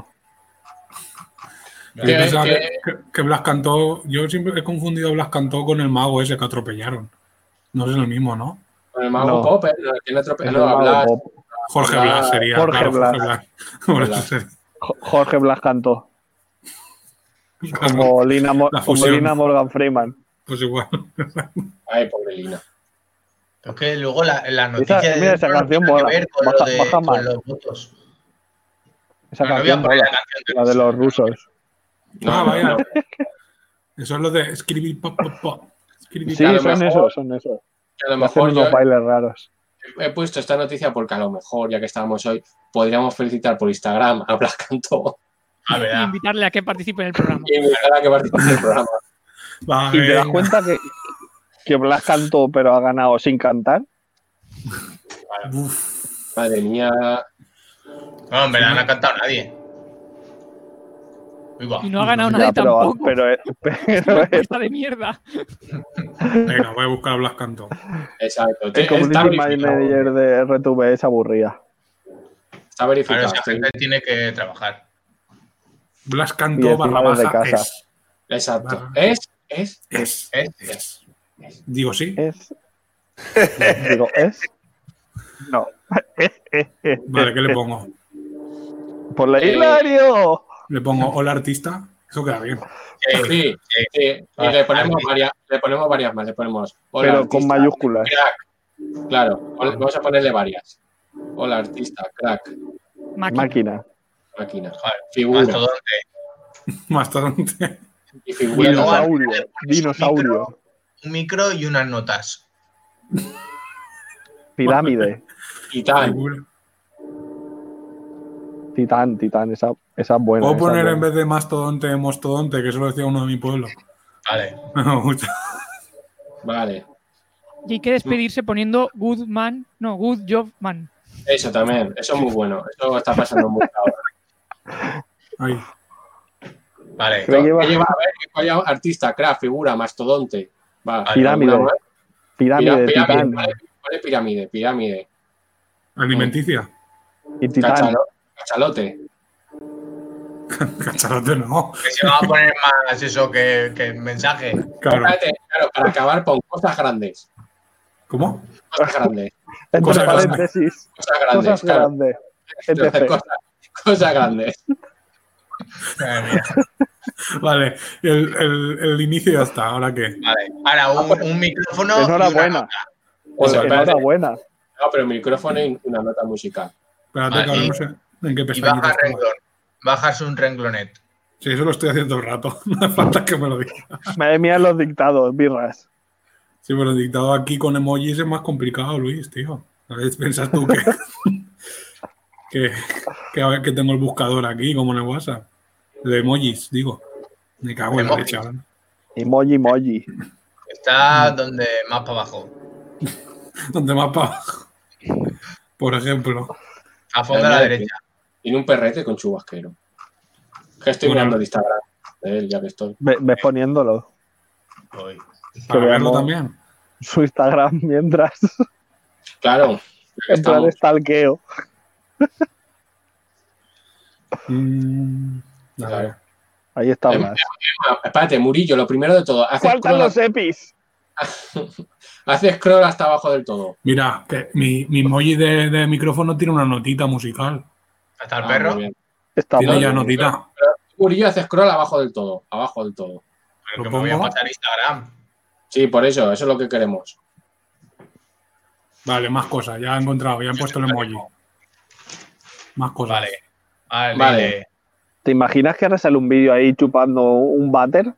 Yo Que- pensaba que- que, que- que Blas Cantó. Yo siempre he confundido a Blas Cantó con el mago ese que atropellaron. No es el mismo, ¿no? Con el mago No. Pop, ¿eh? No, ¿quién otro- Es no, el mago hablas- Pop. Jorge Blas- Blas sería. Jorge claro, Blas. Jorge Blas. Por eso Blas. sería. Jo- Jorge Blas cantó. Claro, Como Lina, Mo- La como fusión. Lina Morgan Freeman. pues igual. Ay, pobre Lina. Es que luego la, la noticia Esa- de mira, dentro esa no canción tiene que mola. ver con, Baja- lo de, baja con más. los votos. Esa No, no voy a canción poner mola. la canción de La de los rusos. No, Ah, no, vaya. no. Eso es lo de escribir pop, pop, pop. Escribir Sí, a lo son mejor- esos, son esos. Que a lo Y hacen mejor unos yo bailes raros. he puesto esta noticia porque a lo mejor, ya que estábamos hoy, podríamos felicitar por Instagram a Blas Cantó A Y ver, invitarle a que participe en el programa. y invitar a que participe en el programa. Va, ¿Y te das venga. cuenta que, que Blas cantó pero ha ganado sin cantar? Uf, Madre mía. no, en verdad no ha cantado nadie. Uy, va. Y no ha ganado Ya, nadie pero, tampoco. pero, es- pero Una es, fiesta de mierda. venga, voy a buscar a Blas Cantó. Exacto. el Está community verificado. manager de R T V es aburrida. Está verificado. Claro, esa estoy- gente tiene que trabajar. Blas Y Cantó encima barra desde baja casa. es. Exacto. Barra. Es, es, Es. ¿Eh? Es. Digo sí. Es. Digo, es. No. Vale, ¿qué le pongo? Por la Eh, Hilario. Le pongo hola artista. Eso queda bien. Sí, sí, sí, sí. Y Ah, le ponemos artista. varias, le ponemos varias más. Le ponemos hola, Pero artista, con mayúsculas. crack. Claro, vamos a ponerle varias. Hola, artista, crack, Máquina. Máquina. máquina, Joder, figura mastodonte. Bastante. y Y figura. luego al Dinosaurio. final le pones Dinosaurio. Un micro y unas notas. Pirámide. Titán. Figura. Titán, titán. Esa, esa es buena. Puedo esa es poner buena. en vez de mastodonte, mostodonte, que eso lo decía uno de mi pueblo. Vale. Me gusta. Vale. Y hay que despedirse poniendo good man, no, good job man. Eso también. Eso es muy bueno. Eso está pasando mucho ahora. Ahí. Vale. Creo que ¿Qué lleva lleva? A ver, ¿qué lleva? Artista, crack, figura, mastodonte. Va, Pirámide. ¿alguna más? pirámide, Pira- pirámide. titán. Vale, vale, pirámide, pirámide. Alimenticia. Y titán. Cachalo- cachalote. Cachalote no. Que se va a poner más eso que, que mensaje. Claro. Espérate, claro, para acabar con cosas grandes. ¿Cómo? Cosas grandes. Entre Cosas paréntesis. Cosas grandes. Cosas claro. grandes. etcétera. Cosas, cosas grandes. Madre mía. Vale, el, el, el inicio ya está. ¿Ahora qué? Vale. Ahora un, un micrófono. y una Enhorabuena. nota. Pues Eso, espérate. enhorabuena. No, pero micrófono y una nota musical. Espérate, Vale, que ahora y- no sé en qué Y pestañita baja estaba. renglón. Bajas un renglonet. Sí, eso lo estoy haciendo todo el rato. No hace falta que me lo diga. Madre mía, los dictados, birras. Sí, pero el dictado aquí con emojis es más complicado, Luis, tío. A ver, piensas tú que, que, que, a ver, que tengo el buscador aquí, como en el WhatsApp. De emojis, digo. Me cago en la Emojis. leche ahora. Emoji, emoji. Está donde más para abajo. Donde más para abajo. Por ejemplo. A fondo a la derecha. Tiene un perrete con chubasquero. Que estoy Bueno. mirando el Instagram de él, ya que estoy. Ve- Ves poniéndolo. Uy. Para Que verlo veamos también. su Instagram mientras. Claro. En plan Estamos. stalkeo. Mm, a ver. Ahí está Em, Blas. Ah, espérate, Murillo, lo primero de todo. Haces Faltan scroll, los epis. haces scroll hasta abajo del todo. Mira, que mi, mi emoji de, de micrófono tiene una notita musical. Hasta el Ah, perro. muy bien. Está Tiene mal. ya notita. Murillo hace scroll abajo del todo. Abajo del todo. Pero que ¿Lo me voy a pongo? pasar Instagram. Sí, por eso, eso es lo que queremos. Vale, más cosas. Ya he encontrado, ya he puesto el emoji. Más cosas. Vale. Vale. Vale. ¿Te imaginas que ahora sale un vídeo ahí chupando un váter?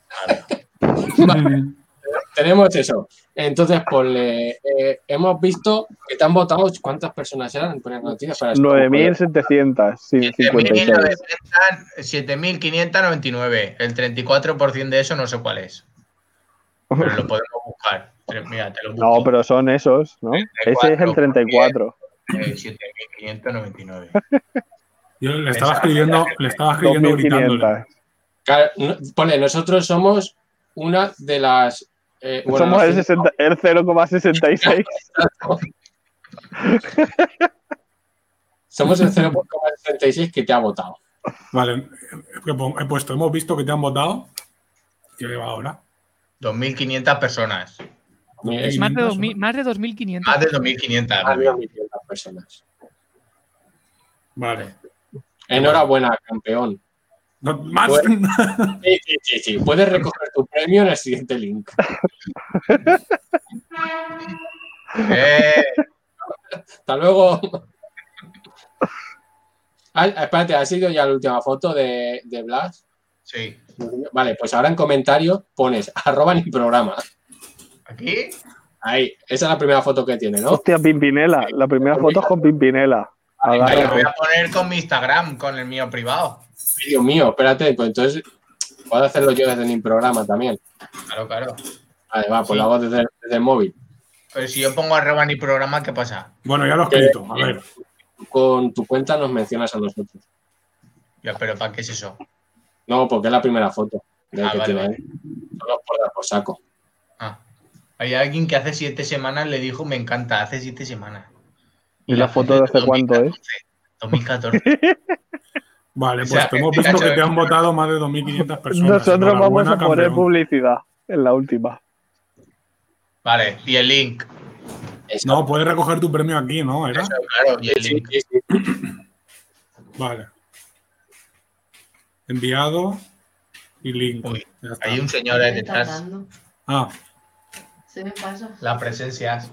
Mm, Tenemos eso. Entonces, ponle. eh, hemos visto que te han votado. ¿Cuántas personas eran? Poner noticias para nueve mil setecientos cincuenta y seis. siete mil quinientos noventa y nueve. El treinta y cuatro por ciento de eso no sé cuál es. Pero lo podemos buscar. Mira, te lo busco. No, pero son esos, ¿no? Ese es el treinta y cuatro. Eh, siete mil quinientos noventa y nueve. Yo le estaba escribiendo, le estaba escribiendo gritándole. dos mil quinientos. Claro, no- ponle, nosotros somos una de las. eh, bueno, Somos no el, sé- sesenta el cero coma sesenta y seis. Somos el cero coma sesenta y seis que te ha votado. Vale, he pu- he puesto, hemos visto que te han votado. ¿Qué va ahora? dos mil quinientas personas. Es Más de, quinientos, dos mil, más de dos mil quinientos. Más de dos mil quinientas. más de mil quinientas personas. Vale. Enhorabuena, campeón. No, más. Bueno. Sí, sí, sí, sí. Puedes recoger tu premio en el siguiente link. Eh, Hasta luego. Ah, espérate, ¿ha sido ya la última foto de, de Blas? sí. Vale, pues ahora en comentarios pones arroba ni programa. ¿Aquí? Ahí, esa es la primera foto que tiene, ¿no? Hostia, Pimpinela. La primera foto es con Pimpinela. Ahí lo Agárrate. voy a poner con mi Instagram, con el mío privado. Ay, Dios mío, espérate, pues entonces puedo hacerlo yo desde mi programa también. Claro, claro. Vale, va, pues Sí. lo hago desde, desde el móvil. Pero si yo pongo arroba ni programa, ¿qué pasa? Bueno, ya lo he escrito. A ver. Con tu cuenta nos mencionas a nosotros. Ya, pero ¿para qué es eso? No, porque es la primera foto de Ah, que vale, tiene vale. ahí. Solo por dar por saco. Ah. Hay alguien que hace siete semanas le dijo, me encanta, hace siete semanas. ¿Y la foto de hace cuánto es? dos mil catorce. Vale, O pues sea, te hemos este visto cacho que te de- han votado más de dos mil quinientas personas. Nosotros vamos Enhorabuena, a poner campeón. publicidad en la última. Vale, y el link. Eso. No, puedes recoger tu premio aquí, ¿no? ¿Era? Eso, claro, y el Sí, link. sí, sí. Vale. Enviado y link. Uy, Ya está. hay un señor ahí ¿Qué está detrás. dando? Ah, Se me pasa. La presencia.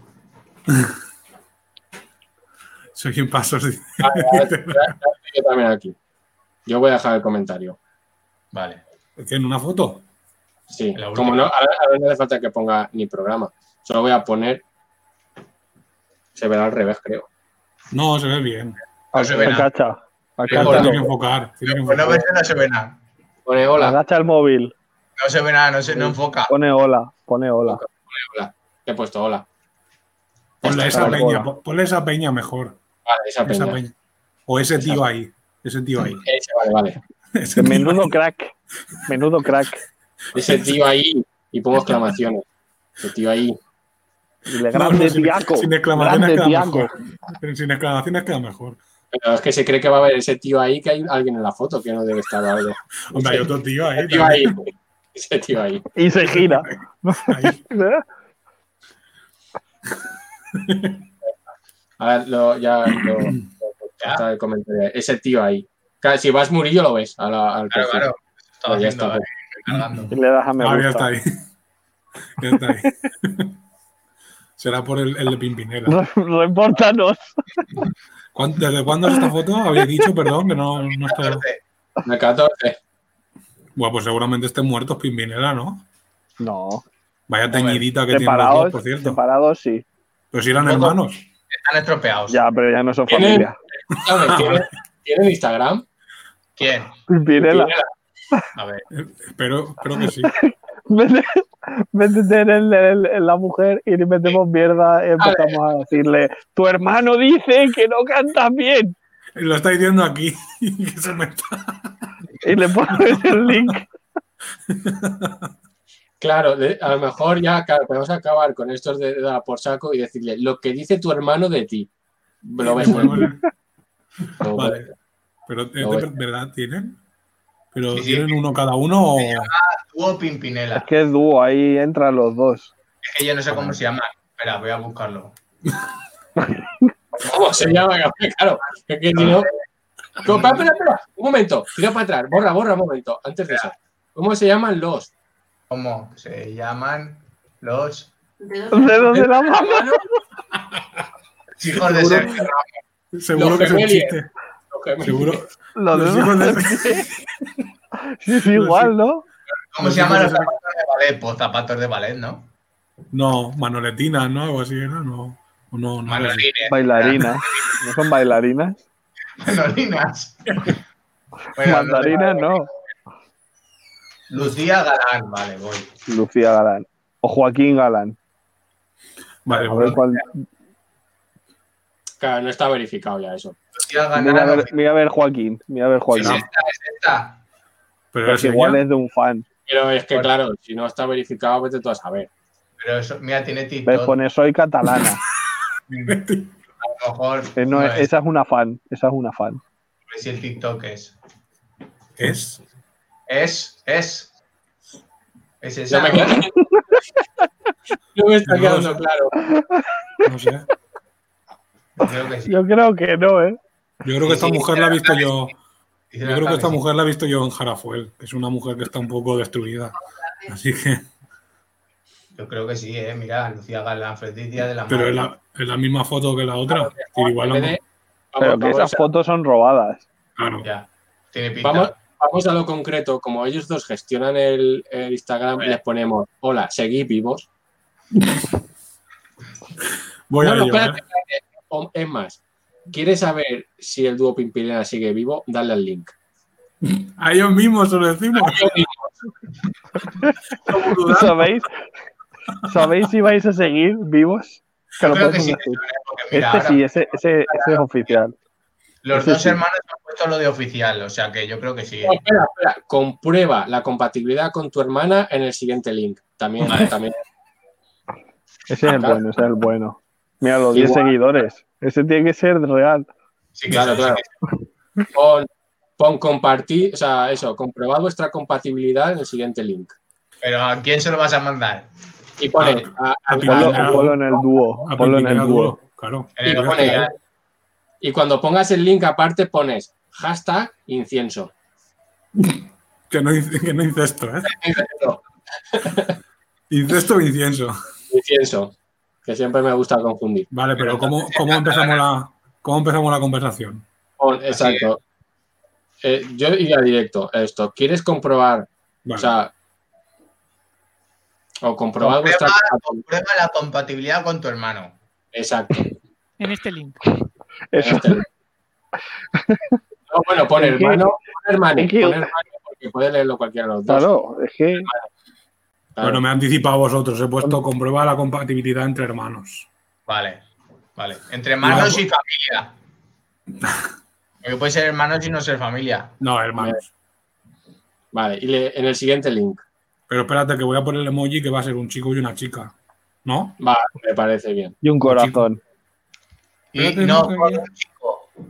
soy en pasos. dice. Vale, vale, ya- ya estoy yo también aquí. Yo voy a dejar el comentario. Vale. ¿En una foto? Sí, La como última. no, ahora, ahora no hace falta que ponga ni programa. Solo voy a poner. Se verá al revés, creo. No, se ve bien. No se ve nada. Agacha. Qué Agacha, Tiene gordo. que enfocar. Tiene que Pues no, enfocar. ves, no se ve nada. Pone hola. agacha el móvil. No se ve nada, no, se, no enfoca. Pone hola. Pone hola. Hola. He puesto hola. Ponle esa Vale, peña. hola. pon- Ponle esa peña mejor. Vale, esa Esa peña. peña. O ese tío ahí. Ese tío ahí. Ese, vale, vale. Ese tío Menudo ahí. crack. Menudo crack. Ese tío ahí. Y pongo exclamaciones. Ese tío ahí. Dile, No, no, grande sin- Tiago. sin exclamaciones Grande queda Tiago. mejor. Pero sin exclamaciones queda mejor. Pero es que se cree que va a haber ese tío ahí, que hay alguien en la foto que no debe estar algo. Hombre, hay otro tío ahí. Ese tío ahí. Ese tío ahí. Y se gira. Ahí. A ver, lo, ya lo, lo- está el comentario. Ese tío ahí. Claro, si vas Murillo lo ves a la- al Claro, perfil. claro. Estaba Pues ya haciendo, está. eh, recargando. Y le das a me Ah, ya gusta. está ahí. Ya está ahí. Será por el, el de Pimpinela. Re- Repórtanos. ¿Cuán- ¿Desde cuándo es esta foto? Habéis dicho, perdón, que no, no está. El catorce. Bueno, pues seguramente estén muertos Pimpinela, ¿no? No. Vaya teñidita que tienen los Separados, dos, por cierto. separados sí. Pero si eran Foto. hermanos. Están estropeados. Ya, pero ya no son ¿Tienen? familia. Escúchame, ¿Tienen, ¿Tienen Instagram? ¿Quién? Pimpinela. A ver. Eh, Espero, espero que sí. Mete- Métete en, el- en- en la mujer y le metemos mierda y empezamos a decirle, tu hermano dice que no cantas bien. Lo está diciendo aquí. Que se meta. Y le pones el link. Claro, de- a lo mejor ya claro, podemos acabar con estos de, de dar por saco y decirle lo que dice tu hermano de ti. Lo ves muy bien. Lo Vale. ves. Pero ¿es Lo de ves. verdad tienen? ¿Pero Sí, sí. tienen uno cada uno o...? Tuvo Pimpinela. Es que es dúo, ahí entran los dos. Es que yo no sé cómo se llama. Espera, voy a buscarlo. ¿Cómo se llama? Claro, es que si no. No, espera, espera, espera, un momento, tira para atrás, borra, borra un momento, antes de eso. ¿Cómo se llaman los? ¿Cómo se llaman los Dedos Dedos de la mano. hermanos? hijos de Sergio Ramos? Seguro Los que es un gemelos. chiste. Los gemelos. Seguro. Los Los dedos hijos de- de- Sí, es igual, ¿no? ¿Cómo Los se llaman hijos los de- zapatos de ballet? Pues zapatos de ballet, ¿no? No, manoletinas, ¿no? Algo así era, no. O no, no. Manolines. Bailarinas. ¿No son bailarinas? Manolinas. Bueno, Mandarinas, no. Lucía Galán, vale, voy. Lucía Galán. O Joaquín Galán. Vale, A ver bueno. cuál. Claro, no está verificado ya eso. Lucía Galán. Mira a ver, mira a ver Joaquín. Mira a ver Es Joaquín. esta, es esta. Pero Pues ese igual ya- es de un fan. Pero es que, Bueno. claro, si no está verificado, vete tú a saber. Pero eso, mira, tiene ¿Ves? TikTok. Pone soy catalana. A lo mejor. Eh, no, no es- es. esa es una fan. Esa es una fan. A ver si el TikTok es. ¿Es? Es, es. Es No esa. me, queda- no me está No, quedando no sé. claro. No sé. Creo que sí. Yo creo que no, ¿eh? Yo creo que esta Sí, mujer la he visto yo. Dice Yo la creo que Javi, esta sí. mujer la he visto yo en Jarafuel, que es una mujer que está un poco destruida. Así que. Yo creo que sí, eh. Mira, Lucía Galán, feliz día de la Pero es madre. la, es la misma foto que la otra. Que igual la En vez de- Pero vamos, que vamos esas a- fotos son robadas. Claro. Ya. Tiene pinta. vamos- vamos a lo concreto. Como ellos dos gestionan el, el Instagram, Bueno. les ponemos, hola, seguid vivos. Voy No, a no, ello, espérate, ¿eh? espérate. O- Es más, ¿quieres saber si el dúo Pimpinela sigue vivo? Dale al link. A ellos mismos se lo decimos. ¿Sabéis? ¿Sabéis si vais a seguir vivos? Que Yo lo creo que podemos sí, decir. porque mira, Este ahora sí, ese, ese, ese es oficial. los ese dos sí. hermanos han puesto lo de oficial, o sea que yo creo que sí. No, eh. espera, espera. Comprueba la compatibilidad con tu hermana en el siguiente link. También, Vale. también. Ese es el Claro. bueno, ese es el bueno. Mira, los diez Igual. seguidores. Ese tiene que ser real. Sí que Claro, sí, claro. sí que sí. Pon, pon compartir, o sea, eso, comprobad vuestra compatibilidad en el siguiente link. Pero ¿a quién se lo vas a mandar? Y pone, a- a- a a- Ponlo, Pimpinela. ponlo en el dúo. A Ponlo en Pimpinela el dúo. duro, claro. En el y, pone- oficial. y cuando pongas el link aparte pones hashtag incienso. Que no, inc- que no incesto, ¿eh? Incesto o incienso. Incienso, que siempre me gusta confundir. Vale, pero ¿cómo, cómo, empezamos, la, ¿cómo empezamos la conversación? Pon- exacto. Eh, yo iría directo a esto. ¿Quieres comprobar? Vale. O sea, o comprobar vuestra Comprueba, compatibilidad. comprueba la compatibilidad con tu hermano. Exacto. En este link. Eso. Este link. No, bueno, pon Es que- hermano, pon hermano, es que- pon hermano, porque puede leerlo cualquiera de los dos. Claro, es que Claro. Bueno, me he anticipado a vosotros. He puesto comprobar la compatibilidad entre hermanos. Vale, vale. Entre hermanos Vale. y familia. Porque puede ser hermanos y no ser familia. No, hermanos. Vale, y le- en el siguiente link. Pero espérate, que voy a poner el emoji que va a ser un chico y una chica. ¿No? Vale, me parece bien. y un corazón. Y Espérate, no, no, que con ya- un chico.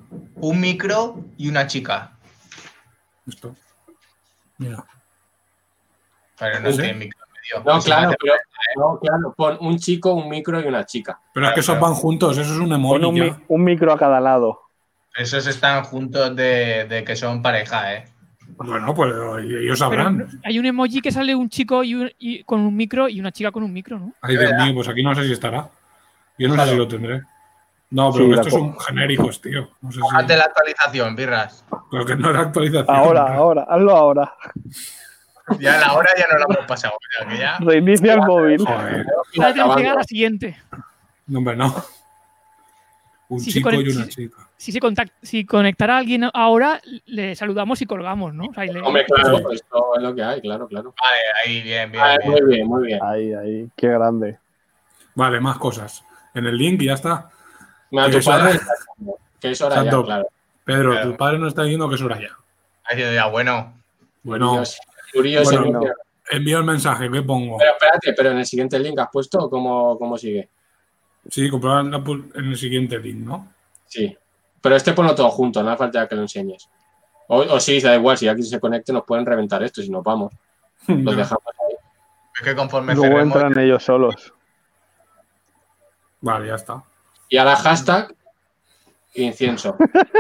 un micro y una chica. Esto. Mira. Pero no ¿Sí? tiene micro en medio. No, Eso claro, parece- pero no, claro, pon un chico, un micro y una chica. Pero es que esos van juntos, eso es un Pon emoji un, ya. mi- un micro a cada lado. Esos están juntos de, de que son pareja, ¿eh? Bueno, pues ellos Pero sabrán. no- hay un emoji que sale un chico y un- y- con un micro y una chica con un micro, ¿no? Ay, Dios mío, pues aquí no sé si estará. Yo no sé Claro. si lo tendré. No, pero Sí, que la estos co- son genéricos, tío. No sé Hazte si. la actualización, birras. Pero que no era actualización. Ahora, ¿no? ahora, hazlo ahora. Ya la hora ya no la hemos pasado. O sea, que ya... Reinicia el móvil. Joder. Ahora tenemos que llegar a Acabando. la siguiente. No, hombre, no. Un Si se chico y conect- una si- chica. Si se contact- si conectara a alguien ahora, le saludamos y colgamos, ¿no? O sea, y le- Hombre, claro, Sí. esto es lo que hay, claro, claro. Vale, ahí, bien, bien, Ah, bien. muy bien, muy bien. Ahí, ahí, qué grande. Vale, más cosas. En el link y ya está. Mira, Que tu es hora- padre está echando, que es hora ya, Santo. claro. Pedro, Claro. tu padre no está diciendo que es hora ya. Ha sido ya bueno. Bueno, Dios, Murillo, Bueno, señor. no. envío el mensaje, ¿qué pongo? Pero espérate, pero en el siguiente link has puesto o cómo, cómo sigue. Sí, comprobar la pu- en el siguiente link, ¿no? Sí. Pero este ponlo todo junto, no hace falta que lo enseñes. O, o sí, da igual, si alguien se conecte nos pueden reventar esto, si nos vamos. Los Ya. dejamos ahí. Es que conforme Luego cerremos, entran ellos solos. Vale, ya está. Y a la hashtag incienso.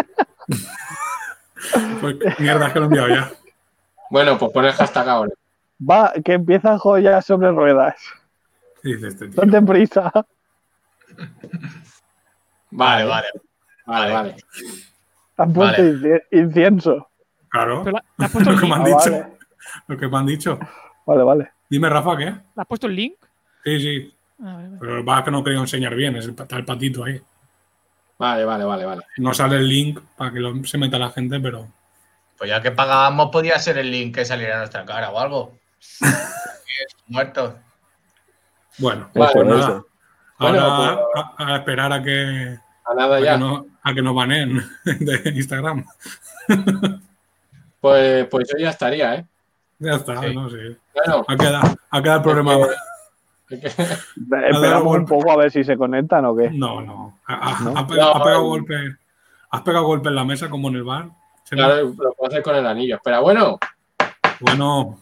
Pues, mierda, es que lo he enviado ya. Bueno, pues pon el hashtag ahora. Va, que empiezan joyas sobre ruedas. ¿Qué dice este tío? Date prisa. Vale, vale. Vale, vale. Han puesto Vale. inci- incienso. Claro, Pero la- ¿le has puesto el lo que me link? han Ah, dicho. vale. Lo que me han dicho. Vale, vale. Dime, Rafa, ¿qué? ¿Le has puesto el link? Sí, sí. Ah, vale, vale. Pero va que no quería enseñar bien, es el, está el patito ahí. Vale, vale, vale, vale. No sale el link para que lo, se meta la gente, pero. Pues ya que pagábamos, podía ser el link que saliera a nuestra cara o algo. Muertos. Bueno, Vale, pues eso, nada. eso. Bueno, Ahora a, a esperar a que, A nada a ya. que, no, a que nos baneen de Instagram. Pues, pues yo ya estaría, ¿eh? Ya está, Sí. no sé. Bueno, Ha quedado, ha quedado el problema. es que- Esperamos un poco a ver si se conectan o qué. No, no. Ha, ha- ¿No? ha pegado, ha pegado No. golpe. Has pegado golpe en la mesa como en el bar. Se me- claro, lo puedo hacer con el anillo. Espera, bueno, Bueno,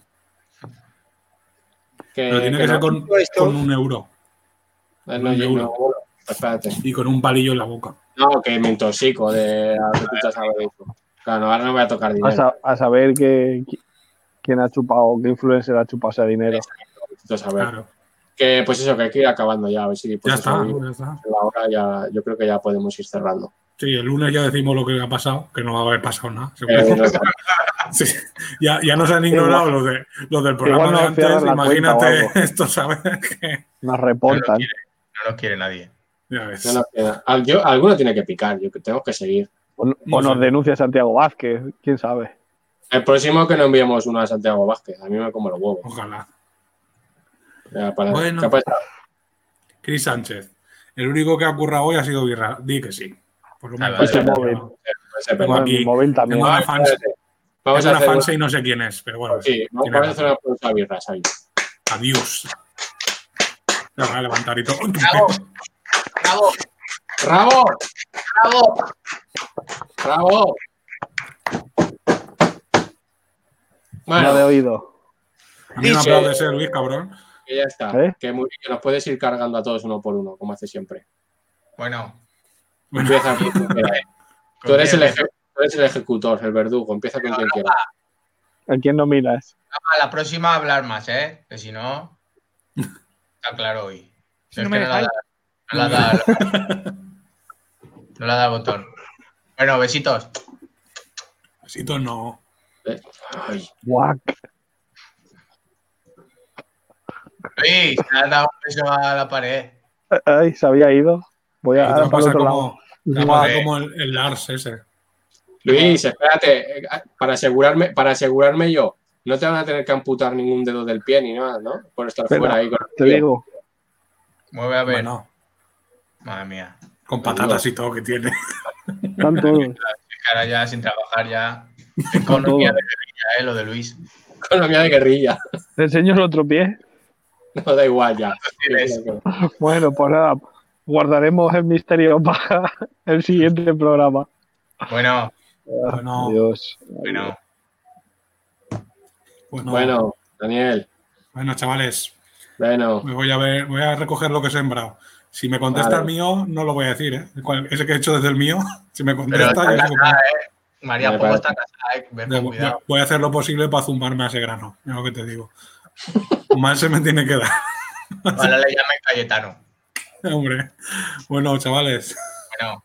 que, pero tiene que, que ser no- con, esto- con un euro no, un no, euro. no, bueno, espérate. y con un palillo en la boca. No, que me intoxico de a ver tú sabes de eso. Claro, ahora no voy a tocar A, dinero. sa- a saber que, qui- quién ha chupado, qué influencer ha chupado ese dinero. Necesito saber. Claro. Que pues eso, que hay que ir acabando ya, a ver si pues Ya eso, está, hoy, ¿no? Ya está. la hora ya, yo creo que ya podemos ir cerrando. Sí, el lunes ya decimos lo que ha pasado, que no va a haber pasado nada. seguro. Eh, no, Sí, ya, ya nos han ignorado los, de, los del programa Igual de nos antes. cierran la cuenta o Imagínate algo. esto, ¿sabes? Que, Nos reportan. No nos quiere nadie. ya ves. no nos queda. Al- yo- alguno tiene que picar, yo que tengo que seguir. O, o No nos sé. denuncia Santiago Vázquez, quién sabe. El próximo que no enviemos uno a Santiago Vázquez, a mí me como los huevos. Ojalá. Ya, para- Bueno. ¿qué ha pasado? Cris Sánchez. El único que ha currado hoy ha sido Birra. Di que sí. Por lo menos. Vale, Ese vale. móvil. Pues, eh, Tengo Bueno, aquí- mi móvil también. tengo una fans. Vamos Tengo a una hacer fans una- y no sé quién es, pero bueno. Sí, vamos tiene vamos a hacer razón. una pregunta a birras ahí. Adiós. Ya voy a levantar y todo. ¡Bravo! ¡Bravo! ¡Bravo! ¡Bravo! ¡Bravo! No de Bueno, oído. A mí me Dice- aplaude ser Luis, cabrón. que ya está. ¿Eh? Que, muy- que nos puedes ir cargando a todos uno por uno, como hace siempre. Bueno, Bueno, Empieza aquí. Tú eres, el eje- tú eres el ejecutor, el verdugo. Empieza con quien quieras. ¿A quién no miras? a la próxima hablar más, ¿eh? Que si no, está claro hoy. Si Es no que me no la dejáis. da- no la da- no la da el botón. Bueno, besitos. besitos no. Eh, Ay, Guac. Luis, te has dado un beso a la pared. Ay, se había ido. Voy a Te va para a el pasar otro como, lado. te va a Guac. pasar como el, el Lars ese. Luis, espérate. eh, Para asegurarme, para asegurarme yo, no te van a tener que amputar ningún dedo del pie ni nada, ¿no? Por estar Espera, fuera ahí con Te digo. Mueve a ver. Bueno, Madre mía. con patatas y todo que tiene. Están todos. Cara ya sin trabajar ya. Economía de guerrilla, ¿eh? Lo de Luis. economía de guerrilla. ¿Te enseño el otro pie? No da igual ya. tienes. Bueno, pues nada. Guardaremos el misterio para el siguiente programa. Bueno, Bueno, Adiós. bueno. bueno, Bueno, Daniel, bueno, chavales, bueno, me voy a ver, voy a recoger lo que he sembrado. Si me contesta Vale. el mío, no lo voy a decir, ¿eh? El cual- Ese que he hecho desde el mío, si me Pero contesta, está yo sé que casada, ¿eh? María Me Pombo parece. está casada, ¿eh? Ve voy, con cuidado. voy a hacer lo posible para zumbarme a ese grano, es lo que te digo. Mal se me tiene que dar, Ojalá le llamen Cayetano. hombre. Bueno, chavales, Bueno,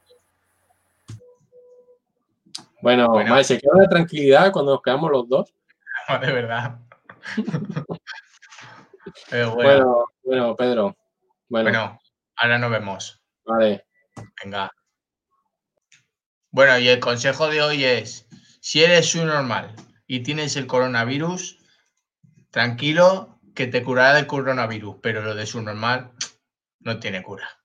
bueno, Bueno. vale, se queda una tranquilidad cuando nos quedamos los dos. de verdad. Pero bueno, Bueno, bueno, Pedro. Bueno, bueno, ahora nos vemos. vale. Venga. Bueno, y el consejo de hoy es, si eres un normal y tienes el coronavirus, tranquilo que te curará del coronavirus, pero lo de su normal no tiene cura.